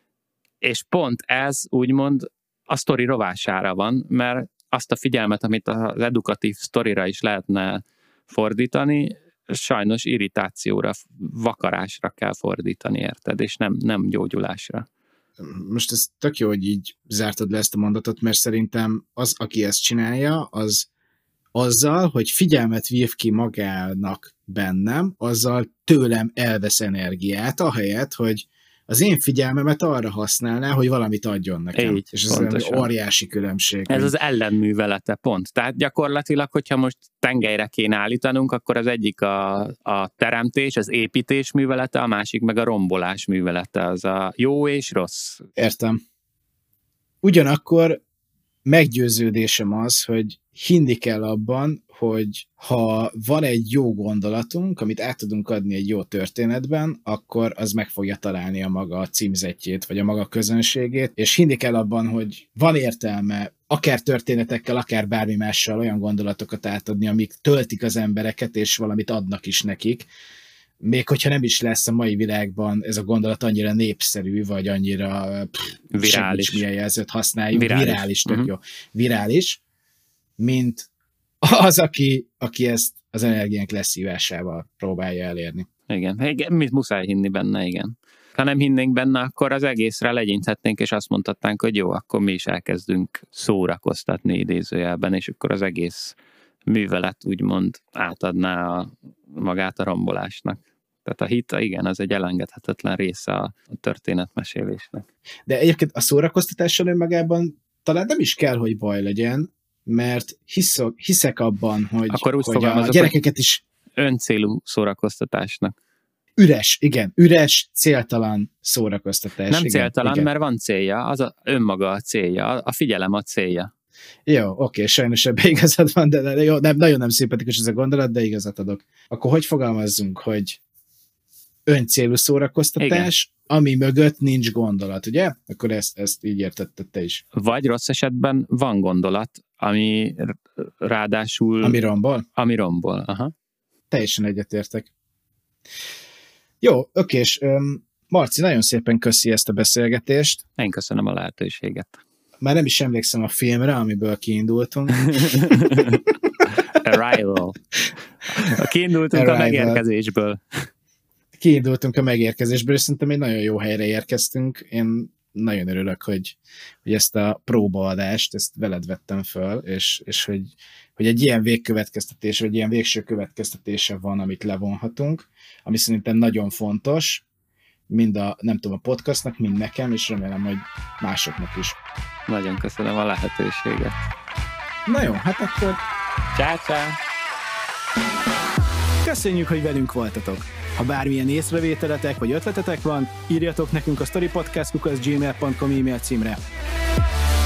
És pont ez úgymond a sztori rovására van, mert azt a figyelmet, amit az edukatív sztorira is lehetne fordítani, sajnos irritációra, vakarásra kell fordítani, érted? És nem gyógyulásra. Most ez tök jó, hogy így zártad le ezt a mondatot, mert szerintem az, aki ezt csinálja, az azzal, hogy figyelmet vív ki magának bennem, azzal tőlem elvesz energiát, ahelyett, hogy az én figyelmemet arra használná, hogy valamit adjon nekem. Így, és ez egy óriási különbség. Ez az ellenművelete pont. Tehát gyakorlatilag, hogyha most tengelyre kéne állítanunk, akkor az egyik a teremtés, az építés művelete, a másik meg a rombolás művelete, az a jó és rossz. Értem. Ugyanakkor meggyőződésem az, hogy hinni kell abban, hogy ha van egy jó gondolatunk, amit át tudunk adni egy jó történetben, akkor az meg fogja találni a maga címzettjét, vagy a maga közönségét, és hinni kell abban, hogy van értelme akár történetekkel, akár bármi mással olyan gondolatokat átadni, amik töltik az embereket, és valamit adnak is nekik. Még hogyha nem is lesz a mai világban ez a gondolat annyira népszerű, vagy annyira virális, milyen jelzőt használjuk. Virális, tök jó. Virális, mint az, aki ezt az energiánk leszívásával próbálja elérni. Igen, mit muszáj hinni benne, igen. Ha nem hinnénk benne, akkor az egészre legyinthetnénk, és azt mondhatnánk, hogy jó, akkor mi is elkezdünk szórakoztatni idézőjelben, és akkor az egész művelet úgymond átadná magát a rombolásnak. Tehát a hit, igen, az egy elengedhetetlen része a történetmesélésnek. De egyébként a szórakoztatással önmagában talán nem is kell, hogy baj legyen, mert hiszek abban, hogy a gyerekeket is... Öncélú szórakoztatásnak. Üres, céltalan szórakoztatás. Nem céltalan, mert van célja, az önmaga a célja, a figyelem a célja. Jó, oké, sajnos ebben igazad van, de jó, nagyon nem szimpatikus ez a gondolat, de igazat adok. Akkor hogy fogalmazzunk, hogy öncélú szórakoztatás, igen, ami mögött nincs gondolat, ugye? Akkor ezt így értetted te is. Vagy rossz esetben van gondolat, ami ráadásul... Ami rombol? Ami rombol, aha. Teljesen egyetértek. Jó, okés. Marci, nagyon szépen köszi ezt a beszélgetést. Én köszönöm a lehetőséget. Már nem is emlékszem a filmre, amiből kiindultunk. Arrival. Kiindultunk a megérkezésből. Kiindultunk a megérkezésből, és szerintem egy nagyon jó helyre érkeztünk. Én nagyon örülök, hogy ezt a próbaadást, ezt veled vettem föl, és hogy egy ilyen végkövetkeztetés, vagy ilyen végső következtetése van, amit levonhatunk, ami szerintem nagyon fontos, mind a podcastnak, mind nekem, és remélem, hogy másoknak is. Nagyon köszönöm a lehetőséget. Na jó, hát akkor... Csá! Köszönjük, hogy velünk voltatok! Ha bármilyen észrevételetek vagy ötletetek van, írjatok nekünk a storypodcast@gmail.com e-mail címre.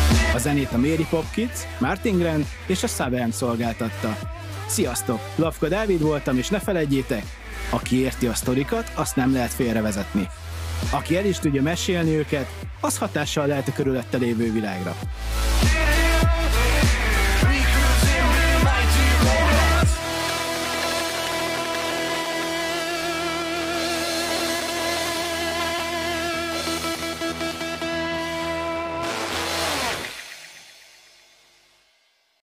A zenét a Mary Pop Kids, Martin Grant és a Savant szolgáltatta. Sziasztok! Lavka Dávid voltam, és ne feledjétek, aki érti a sztorikat, azt nem lehet félrevezetni. Aki el is tudja mesélni őket, az hatással lehet a körülötte lévő világra.